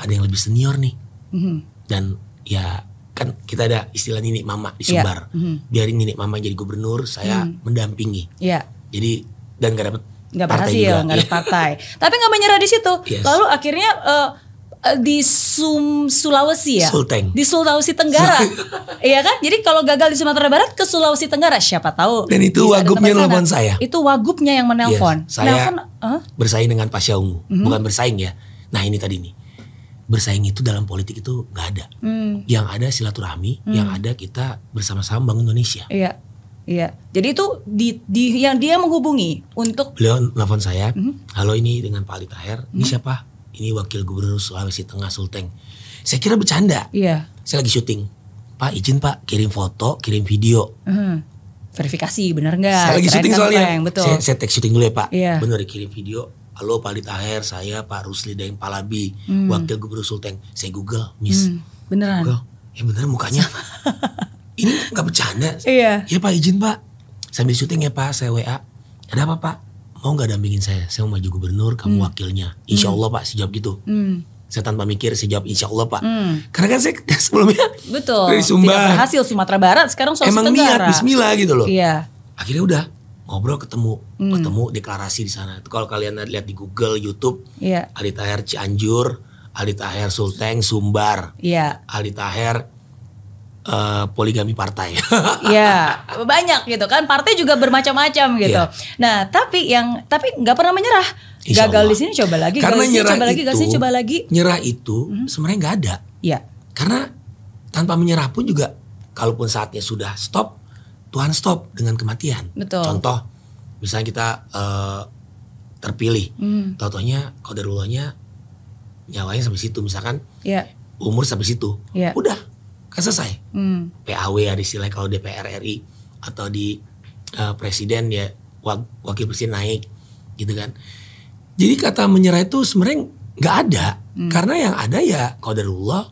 ada yang lebih senior nih. Dan ya kan kita ada istilah Nini Mama di Sumbar. Biarin Nini Mama jadi gubernur, saya mendampingi. Jadi dan nggak berhasil, nggak ada partai. Tapi nggak menyerah di situ. Lalu akhirnya di Sulawesi ya, di Sulawesi Tenggara, iya kan? Jadi kalau gagal di Sumatera Barat ke Sulawesi Tenggara, siapa tahu. Dan itu wagubnya nelfon saya. Itu wagubnya yang menelpon. Saya bersaing dengan Pasha Ungu, bukan bersaing ya. Nah ini tadi nih, bersaing itu dalam politik itu nggak ada. Yang ada silaturahmi, yang ada kita bersama-sama bangun Indonesia. Iya. Jadi itu yang dia menghubungi untuk beliau nelfon saya, halo ini dengan Pak Ali Taher, ini siapa? Ini wakil gubernur Sulawesi Tengah Sulteng. Saya kira bercanda. Saya lagi syuting. Pak izin Pak kirim foto, kirim video. Verifikasi benar nggak? Saya lagi syuting soalnya. Betul. Saya tag syuting dulu ya Pak. Benar kirim video. Halo Pak Ali Taher, saya Pak Rusli Daeng Palabi, wakil gubernur Sulteng. Saya Google, Miss. Beneran? Google. Ya beneran mukanya. Ini nggak bercanda. Ya Pak izin Pak. Sambil syuting ya Pak, saya WA. Ada apa Pak? Mau gak dampingin saya mau maju gubernur, kamu wakilnya. Insya Allah Pak, saya jawab gitu. Saya tanpa mikir, saya jawab insya Allah Pak. Karena kan saya sebelumnya dari Sumbar. Tidak berhasil Sumatera Barat, sekarang Sulawesi Tenggara. Emang niat, bismillah gitu loh. Iya. Akhirnya udah, ngobrol ketemu deklarasi di sana. Itu kalau kalian lihat di Google, YouTube, Ali Taher Cianjur, Ali Taher Sulteng, Sumbar, Ali Taher poligami partai. Ya banyak gitu kan, partai juga bermacam-macam gitu. Nah tapi nggak pernah menyerah. Gagal di sini coba lagi. Karena coba lagi. Nyerah itu sebenarnya nggak ada. Karena tanpa menyerah pun juga, kalaupun saatnya sudah stop, Tuhan stop dengan kematian. Betul. Contoh, misalnya kita terpilih, tau-taunya qadarullahnya nyawanya sampai situ, misalkan umur sampai situ, udah. Kan selesai. PAW ada istilah kalau DPR RI atau di presiden ya wakil presiden naik gitu kan. Jadi kata menyerah itu sebenarnya nggak ada. Karena yang ada ya qadarullah,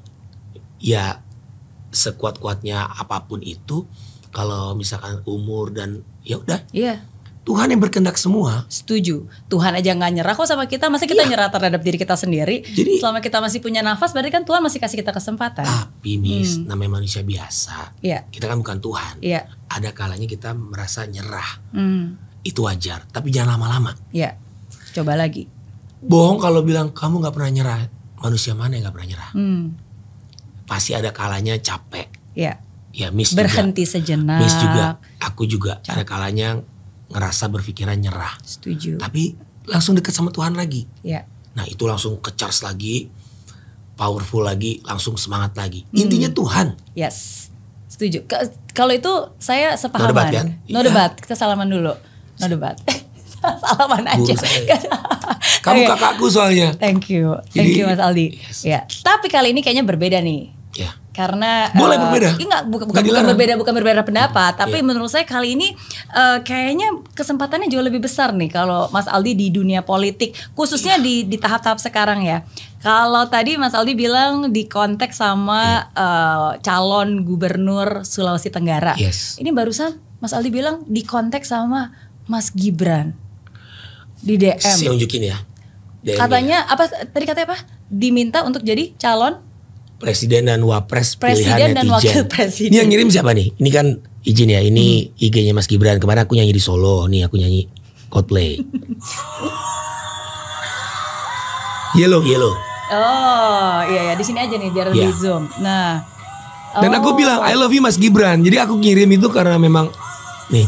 ya sekuat-kuatnya apapun itu, kalau misalkan umur dan ya udah. Tuhan yang berkehendak semua. Setuju. Tuhan aja gak nyerah kok sama kita. Masa kita nyerah terhadap diri kita sendiri. Jadi selama kita masih punya nafas, berarti kan Tuhan masih kasih kita kesempatan. Tapi Miss, namanya manusia biasa. Kita kan bukan Tuhan. Ada kalanya kita merasa nyerah. Itu wajar. Tapi jangan lama-lama. Coba lagi. Bohong kalau bilang kamu gak pernah nyerah. Manusia mana yang gak pernah nyerah? Pasti ada kalanya capek. Ya Miss berhenti juga. Sejenak. Miss juga. Aku juga. Ada kalanya ngerasa berpikiran nyerah. Setuju. Tapi langsung deket sama Tuhan lagi. Nah itu langsung ke-charge lagi, powerful lagi, langsung semangat lagi. Intinya Tuhan. Yes, setuju. Kalau itu saya sepahaman. No debat kan? No debat. Kita salaman dulu. No debat. Salaman aja. Kamu kakakku soalnya. Thank you Mas Aldi. Tapi kali ini kayaknya berbeda nih. Karena boleh berbeda. Bukan berbeda pendapat, tapi menurut saya kali ini kayaknya kesempatannya jauh lebih besar nih kalau Mas Aldi di dunia politik, khususnya di tahap-tahap sekarang ya. Kalau tadi Mas Aldi bilang di konteks sama calon gubernur Sulawesi Tenggara. Ini barusan Mas Aldi bilang di konteks sama Mas Gibran di DM. Saya unjukin ya. Katanya apa tadi katanya apa? Diminta untuk jadi calon presiden dan wapres presiden pilihan dan netizen. Wakil presiden. Ini yang ngirim siapa nih? Ini kan izin ya, ini IG-nya Mas Gibran. Kemarin aku nyanyi di Solo, nih aku nyanyi Coldplay. Yellow. Oh iya di sini aja nih biar lebih zoom. Nah. Dan aku bilang I love you Mas Gibran. Jadi aku ngirim itu karena memang nih.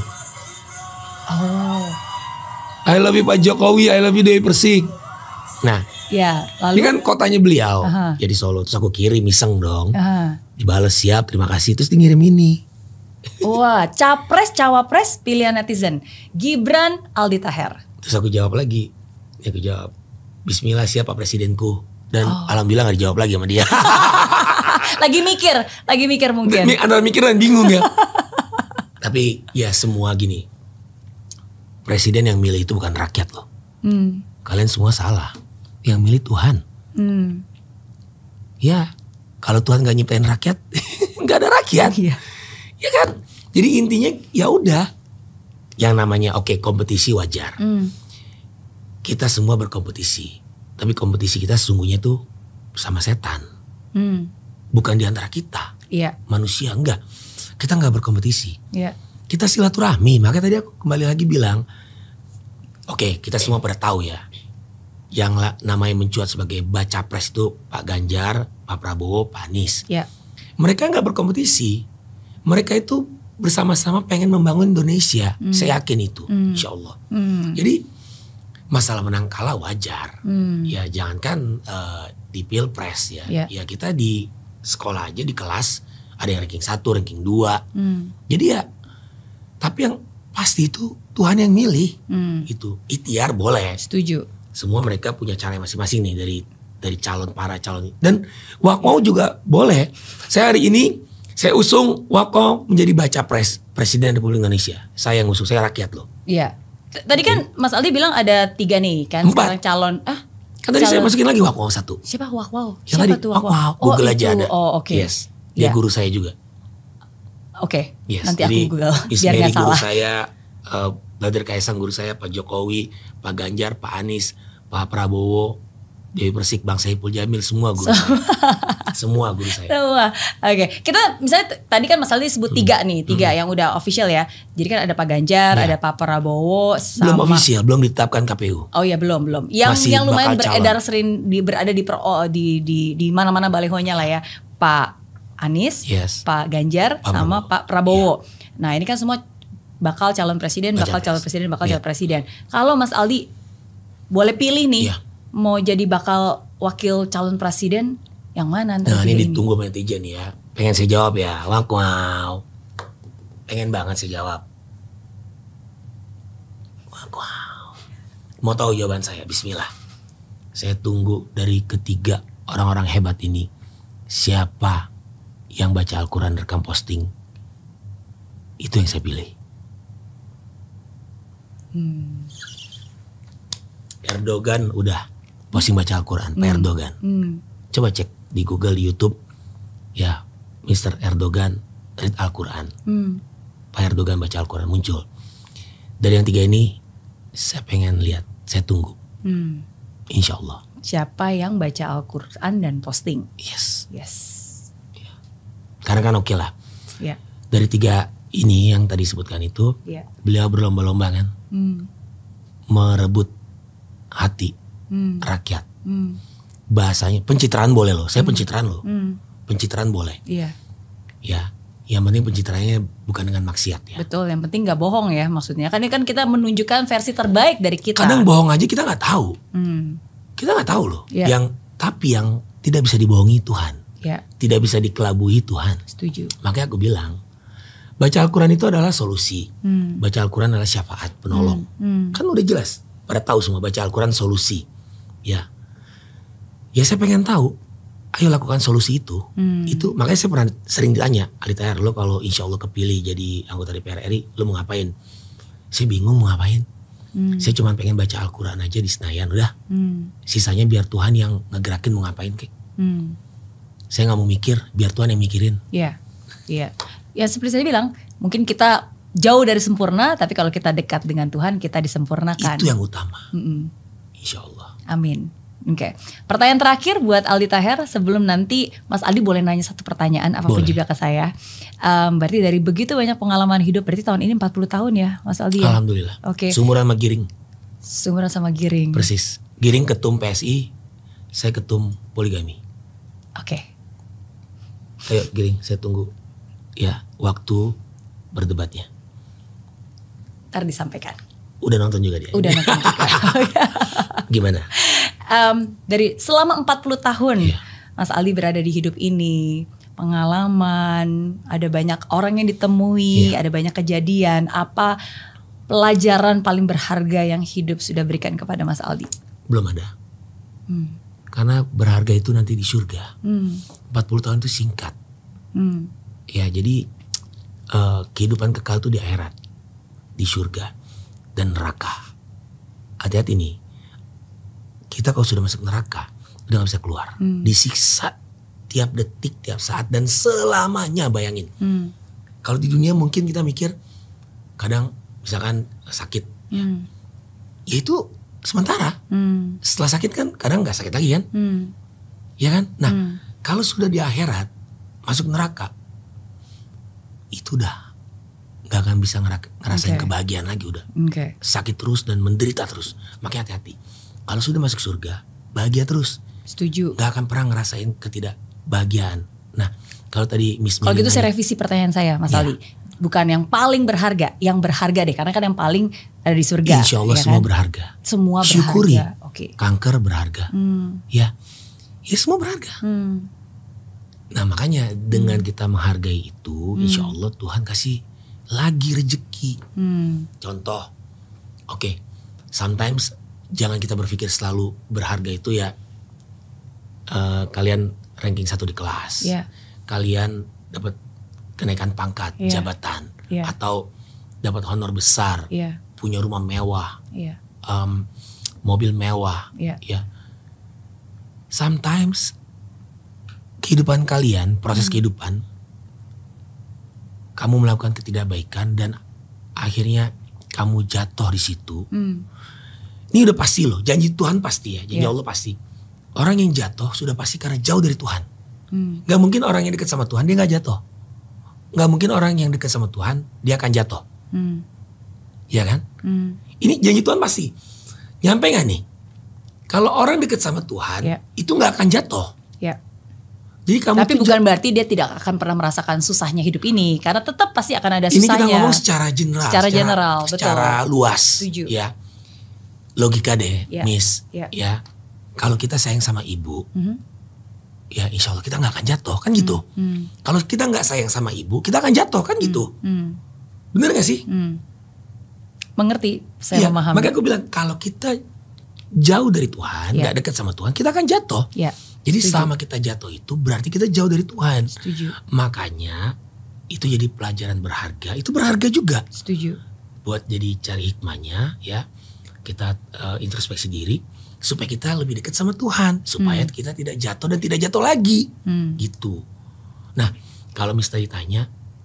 I love you Pak Jokowi, I love you Dewi Persik. Nah. Lalu ini kan kotanya beliau, jadi Solo. Terus aku kirim iseng dong, dibales siap, terima kasih. Terus dia ngirim ini. Wah, capres cawapres pilihan netizen Gibran Aldi Taher. Terus aku jawab lagi, aku jawab Bismillah siapa presidenku. Dan alhamdulillah gak dijawab lagi sama dia. Lagi mikir mungkin. Antara mikir dan bingung ya. Tapi ya semua gini, presiden yang milih itu bukan rakyat loh. Kalian semua salah. Yang milih Tuhan. Ya, kalau Tuhan gak nyiptain rakyat, gak ada rakyat. Ya kan? Jadi intinya ya udah, yang namanya kompetisi wajar. Kita semua berkompetisi, tapi kompetisi kita sesungguhnya tuh sama setan. Bukan di antara kita. Iya. Manusia enggak. Kita enggak berkompetisi. Iya. Kita silaturahmi. Makanya tadi aku kembali lagi bilang, oke, kita semua pada tahu ya. Yang namanya mencuat sebagai baca pres itu Pak Ganjar, Pak Prabowo, Pak Anies. Iya. Mereka enggak berkompetisi. Mereka itu bersama-sama pengen membangun Indonesia. Saya yakin itu, insya Allah. Jadi masalah menang kalah wajar. Ya jangankan di pilpres ya. Yeah. Ya kita di sekolah aja di kelas ada yang ranking 1, ranking 2. Jadi ya tapi yang pasti itu Tuhan yang milih. Itu ikhtiar boleh. Setuju. Semua mereka punya cara masing-masing nih dari para calon. Dan Wakmo juga boleh. Saya hari ini saya usung Wakmo menjadi baca Presiden Republik Indonesia. Saya yang usung, saya rakyat loh. Iya. Tadi kan Mas Aldi bilang ada 3 nih kan 4. sekarang calon. Kan tadi saya masukin lagi Wakmo 1. Siapa Wakmo? Yang Siapa tadi tuh Wakmo? Google aja itu. ada. Oh oke. Yes. Dia guru saya juga. Oke. Yes. Nanti jadi, aku Google Miss biar Mary gak guru salah. saya, Brother Kaisang guru saya, Pak Jokowi, Pak Ganjar, Pak Anies, Pak Prabowo, Dewi Persik, Bang Saiful Jamil, semua guru saya. Semua guru saya. Semua. Oke. Kita misalnya tadi kan Mas Aldi sebut 3 nih, 3 yang udah official ya. Jadi kan ada Pak Ganjar, ada Pak Prabowo, sama Belum official, belum ditetapkan KPU. Oh iya belum. Yang lumayan beredar sering berada di mana-mana balihonya lah ya. Pak Anies, Pak Ganjar, sama Pak Prabowo. Nah ini kan semua bakal calon presiden, calon presiden. Kalau Mas Aldi boleh pilih nih, mau jadi bakal wakil calon presiden yang mana? Nah ini ditunggu sama netizen ya. Pengen saya jawab ya, wow. Pengen banget saya jawab. Wow. Mau tahu jawaban saya? Bismillah. Saya tunggu dari ketiga orang-orang hebat ini. Siapa yang baca Al-Quran rekam posting, itu yang saya pilih. Erdogan udah posting baca Al-Quran, Pak Erdogan. Coba cek di Google, di YouTube, ya Mr. Erdogan read Al-Quran. Pak Erdogan baca Al-Quran muncul. Dari yang 3 ini, saya pengen lihat, saya tunggu. Insya Allah. Siapa yang baca Al-Quran dan posting? Yes. Ya. Karena kan oke lah. Ya. Dari 3 ini yang tadi sebutkan itu, beliau berlomba-lomba kan, merebut hati rakyat. Bahasanya pencitraan boleh loh, saya pencitraan loh, pencitraan boleh. Iya. Ya, yang penting pencitraannya bukan dengan maksiat ya. Betul, yang penting nggak bohong ya maksudnya. Kan ini kan kita menunjukkan versi terbaik dari kita. Kadang bohong aja kita nggak tahu, kita nggak tahu loh. Tapi yang tidak bisa dibohongi Tuhan, tidak bisa dikelabui Tuhan. Setuju. Makanya aku bilang, baca Al-Quran itu adalah solusi. Baca Al-Quran adalah syafaat, penolong. Kan udah jelas, pada tahu semua baca Al-Quran solusi. Ya saya pengen tahu, ayo lakukan solusi itu. Itu makanya saya pernah sering ditanya, Ali Tahir, lo kalau insya Allah kepilih jadi anggota DPR RI, lo mau ngapain? Saya bingung mau ngapain. Saya cuma pengen baca Al-Quran aja di Senayan, udah. Sisanya biar Tuhan yang ngegerakin mau ngapain kek. Saya nggak mau mikir, biar Tuhan yang mikirin. Iya. Ya seperti saya bilang, mungkin kita jauh dari sempurna, tapi kalau kita dekat dengan Tuhan, kita disempurnakan. Itu yang utama. Insya Allah. Amin. Oke. Pertanyaan terakhir buat Aldi Tahir sebelum nanti Mas Aldi boleh nanya satu pertanyaan apapun juga ke saya. Berarti dari begitu banyak pengalaman hidup, berarti tahun ini 40 tahun ya Mas Aldi ya? Alhamdulillah. Oke. Seumuran sama Giring. Seumuran sama Giring. Persis. Giring ketum PSI, saya ketum poligami. Oke. Ayo Giring, saya tunggu ya waktu berdebatnya. Ntar disampaikan. Udah nonton juga dia. Udah nonton juga. Gimana? Dari selama 40 tahun Mas Aldi berada di hidup ini, pengalaman, ada banyak orang yang ditemui, ada banyak kejadian. Apa pelajaran paling berharga yang hidup sudah berikan kepada Mas Aldi? Belum ada. Karena berharga itu nanti di surga. 40 tahun itu singkat. Ya jadi kehidupan kekal itu di akhirat, di surga dan neraka. Hati-hati nih. Kita kalau sudah masuk neraka udah gak bisa keluar. Disiksa tiap detik, tiap saat dan selamanya, bayangin. Kalau di dunia mungkin kita mikir kadang misalkan sakit ya itu sementara. Setelah sakit kan kadang gak sakit lagi kan. Ya kan? Nah, kalau sudah di akhirat masuk neraka, itu udah gak akan bisa ngerasain kebahagiaan lagi udah. Sakit terus dan menderita terus. Makanya hati-hati. Kalau sudah masuk surga, bahagia terus. Setuju. Gak akan pernah ngerasain ketidakbahagiaan. Nah, kalau tadi Miss Mili kalau gitu saya revisi pertanyaan saya, Mas Ali. Bukan yang paling berharga, yang berharga deh. Karena kan yang paling ada di surga. Insya Allah semua berharga. Semua berharga. Syukuri. Kanker berharga. Ya semua berharga. Nah makanya dengan kita menghargai itu, insya Allah Tuhan kasih lagi rezeki. Contoh, sometimes jangan kita berpikir selalu berharga itu ya kalian ranking 1 di kelas, kalian dapat kenaikan pangkat, jabatan, atau dapat honor besar, punya rumah mewah, mobil mewah, Sometimes kehidupan kalian, proses kehidupan, kamu melakukan ketidakbaikan dan akhirnya kamu jatuh di situ. Ini udah pasti loh, janji Tuhan pasti ya, janji Allah pasti. Orang yang jatuh sudah pasti karena jauh dari Tuhan. Gak mungkin orang yang dekat sama Tuhan dia gak jatuh. Gak mungkin orang yang dekat sama Tuhan dia akan jatuh. Ya kan? Ini janji Tuhan pasti. Nyampe gak nih? Kalau orang dekat sama Tuhan itu gak akan jatuh. Jadi tapi bukan berarti dia tidak akan pernah merasakan susahnya hidup ini. Karena tetap pasti akan ada susahnya. Ini kita ngomong secara general. Secara luas. Setuju. Ya. Logika deh Miss. Ya. Kalau kita sayang sama ibu, ya insya Allah kita gak akan jatuh kan gitu. Kalau kita gak sayang sama ibu, kita akan jatuh kan gitu. Bener gak sih? Mengerti, saya memahami. Makanya aku bilang kalau kita jauh dari Tuhan, gak dekat sama Tuhan, kita akan jatuh. Jadi selama kita jatuh itu berarti kita jauh dari Tuhan. Makanya itu jadi pelajaran berharga, itu berharga juga. Buat jadi cari hikmahnya ya, kita introspeksi diri supaya kita lebih dekat sama Tuhan, supaya kita tidak jatuh dan tidak jatuh lagi, gitu. Nah, kalau misalnya ditanya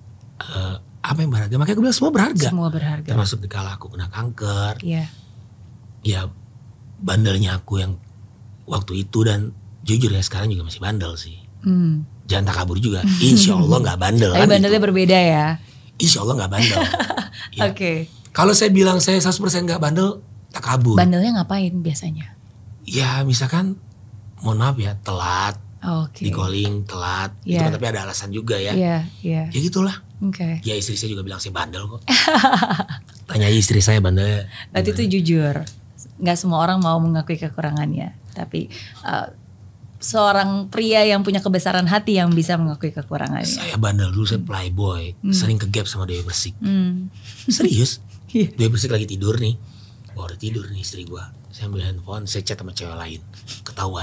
apa yang berharga, makanya aku bilang semua berharga. Semua berharga. Termasuk kala aku kena kanker, ya bandelnya aku yang waktu itu dan jujur ya sekarang juga masih bandel sih. Jangan tak kabur juga. Insya Allah nggak bandel. Tapi bandelnya gitu. Berbeda ya. Insya Allah nggak bandel. Ya. Kalau saya bilang saya 100% nggak bandel, tak kabur. Bandelnya ngapain biasanya? Ya misalkan mohon maaf ya telat, di calling telat, itu kan tapi ada alasan juga ya. Ya gitulah. Ya istri saya juga bilang saya bandel kok. Tanya istri saya bandel. Berarti itu jujur. Gak semua orang mau mengakui kekurangannya. Tapi seorang pria yang punya kebesaran hati yang bisa mengakui kekurangannya. Saya bandel dulu, saya playboy. Sering ke gap sama Dewi Persik. Serius? Dewi Persik lagi tidur nih. Wah udah tidur nih istri gua. Saya ambil handphone, saya chat sama cewek lain. Ketahuan.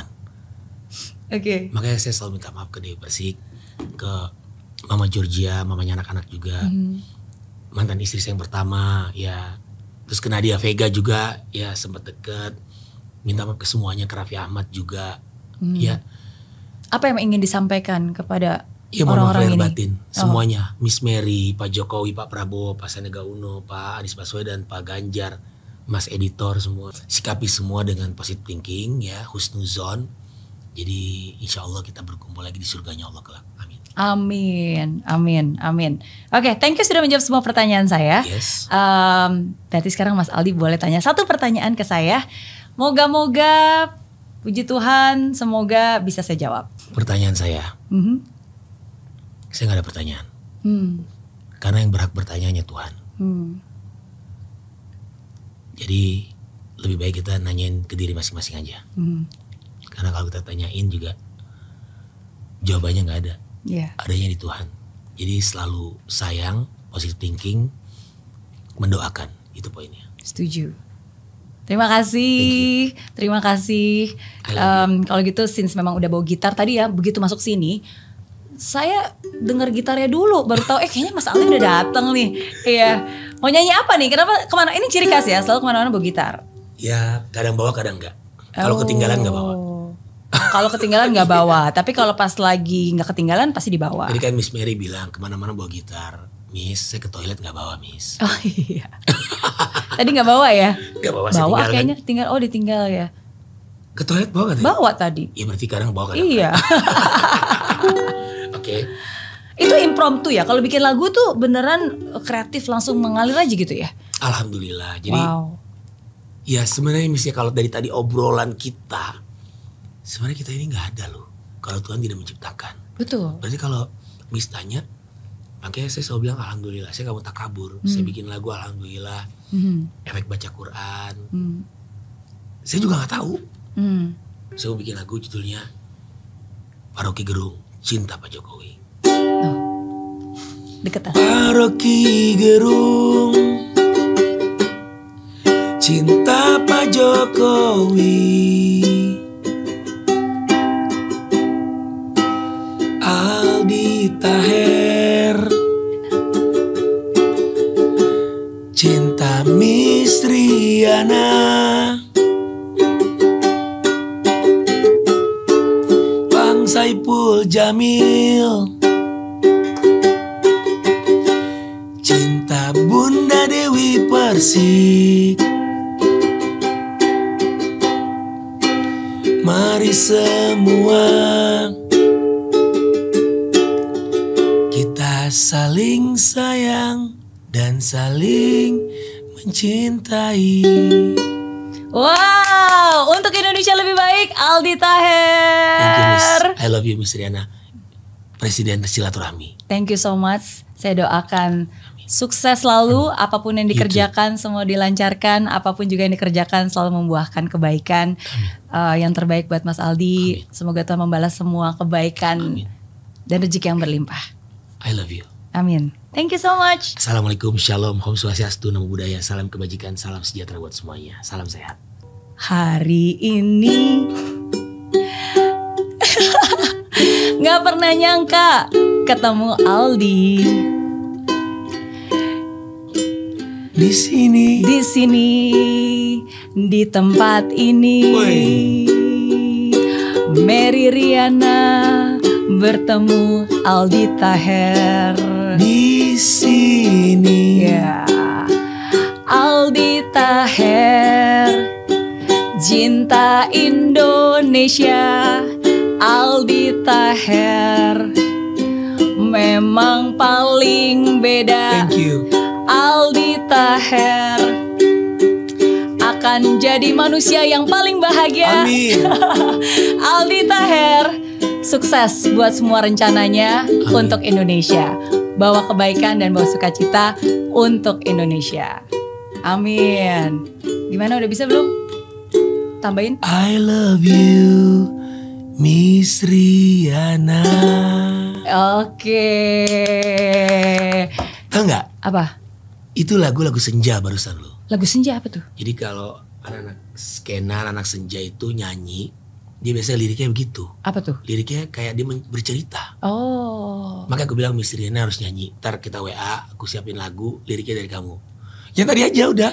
Makanya saya selalu minta maaf ke Dewi Persik. Ke Mama Georgia, mamanya anak-anak juga. Mantan istri saya yang pertama ya. Terus ke Nadia Vega juga ya sempat deket. Minta maaf ke semuanya, ke Raffi Ahmad juga. Ya. Apa yang ingin disampaikan kepada orang-orang ini? Batin, semuanya. Miss Mary, Pak Jokowi, Pak Prabowo, Pak Sandiaga Uno, Pak Anies Baswedan, Pak Ganjar, Mas Editor semua. Sikapi semua dengan positive thinking ya, husnuzon. Jadi insya Allah kita berkumpul lagi di surganya Allah kelak. Amin. Oke, thank you sudah menjawab semua pertanyaan saya. Berarti sekarang Mas Aldi boleh tanya satu pertanyaan ke saya. Moga-moga puji Tuhan, semoga bisa saya jawab. Pertanyaan saya, saya gak ada pertanyaan. Karena yang berhak bertanya hanya Tuhan. Jadi lebih baik kita nanyain ke diri masing-masing aja. Karena kalau kita tanyain juga jawabannya gak ada. Adanya di Tuhan. Jadi selalu sayang, positive thinking, mendoakan. Itu poinnya. Setuju. Terima kasih. Kalau gitu since memang udah bawa gitar tadi ya, begitu masuk sini saya denger gitarnya dulu baru tahu kayaknya Mas Ali udah datang nih. Iya. Mau nyanyi apa nih? Kenapa kemana? Ini ciri khas ya, selalu kemana-mana bawa gitar. Ya kadang bawa kadang enggak. Kalau ketinggalan enggak bawa. Kalau ketinggalan nggak bawa, tapi kalau pas lagi nggak ketinggalan pasti dibawa. Jadi kan Miss Mary bilang kemana-mana bawa gitar. Miss, saya ke toilet nggak bawa Miss. Oh iya. Tadi nggak bawa ya? Nggak bawa. Bawa kayaknya tinggal. Oh ditinggal ya. Ke toilet bawa kan? Bawa tadi. Iya berarti kadang bawa kan? Iya. Oke. Itu impromptu ya. Kalau bikin lagu tuh beneran kreatif langsung mengalir aja gitu ya. Alhamdulillah. Jadi ya sebenarnya misalnya kalau dari tadi obrolan kita, sebenarnya kita ini nggak ada loh kalau Tuhan tidak menciptakan. Betul. Berarti kalau Miss tanya, makanya saya selalu bilang alhamdulillah. Saya nggak mau takabur. Saya bikin lagu alhamdulillah. Efek baca Quran. Saya juga nggak tahu. Saya mau bikin lagu judulnya Paroki Gerung Cinta Pak Jokowi. Deketan. Paroki Gerung Cinta Pak Jokowi, Aldi Taher, Cinta Miss Riana, Bang Saipul Jamil, Cinta Bunda Dewi Persik. Mari semua kita saling sayang dan saling mencintai. Wow, untuk Indonesia lebih baik, Aldi Taher. Thank you, Miss. I love you, Miss Riana. Presiden Silaturahmi. Thank you so much. Saya doakan sukses selalu, apapun yang dikerjakan semua dilancarkan, apapun juga yang dikerjakan selalu membuahkan kebaikan. Yang terbaik buat Mas Aldi. Semoga Tuhan membalas semua kebaikan dan rezeki yang berlimpah. I love you. Amin. Thank you so much. Assalamualaikum, shalom, Om Swastiastu, Namo Buddhaya, salam kebajikan, salam sejahtera buat semuanya, salam sehat. Hari ini nggak pernah nyangka ketemu Aldi. Di sini, di tempat ini, Mary Riana bertemu Aldi Taher. Di sini, ya, Aldi Taher, cinta Indonesia. Aldi Taher memang paling beda. Thank you. Aldi Taher akan jadi manusia yang paling bahagia. Amin. Aldi Taher, sukses buat semua rencananya. Amin. Untuk Indonesia. Bawa kebaikan dan bawa sukacita untuk Indonesia. Amin. Gimana, udah bisa belum? Tambahin. I love you, Miss Riana. Oke. Tahu nggak? Apa? Itu lagu-lagu senja barusan lo. Lagu senja apa tuh? Jadi kalau anak-anak skena, anak senja itu nyanyi, dia biasanya liriknya begitu. Apa tuh? Liriknya kayak dia bercerita. Oh. Makanya aku bilang Miss Riana harus nyanyi. Ntar kita WA, aku siapin lagu, liriknya dari kamu. Yang tadi aja udah.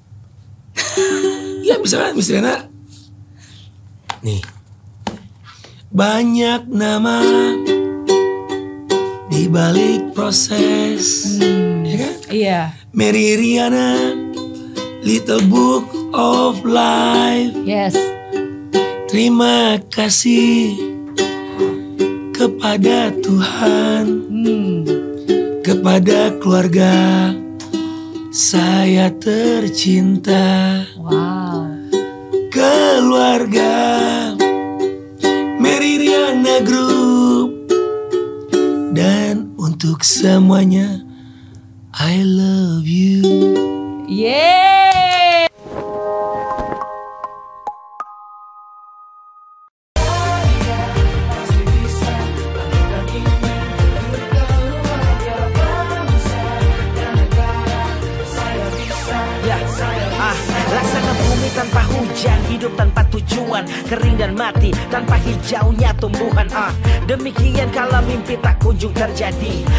Ya misalnya Miss Riana. Nih. Banyak nama di balik proses. Ya kan? Iya. Mary Riana, Little Book of Life. Yes. Terima kasih kepada Tuhan, kepada keluarga saya tercinta. Wow. Keluarga Mary Riana Group, dan untuk semuanya I love you. Yeay. Laksana bumi tanpa hujan, hidup tanpa tujuan, kering dan mati tanpa hijaunya tumbuhan. Demikian kala mimpi tak kunjung terjadi.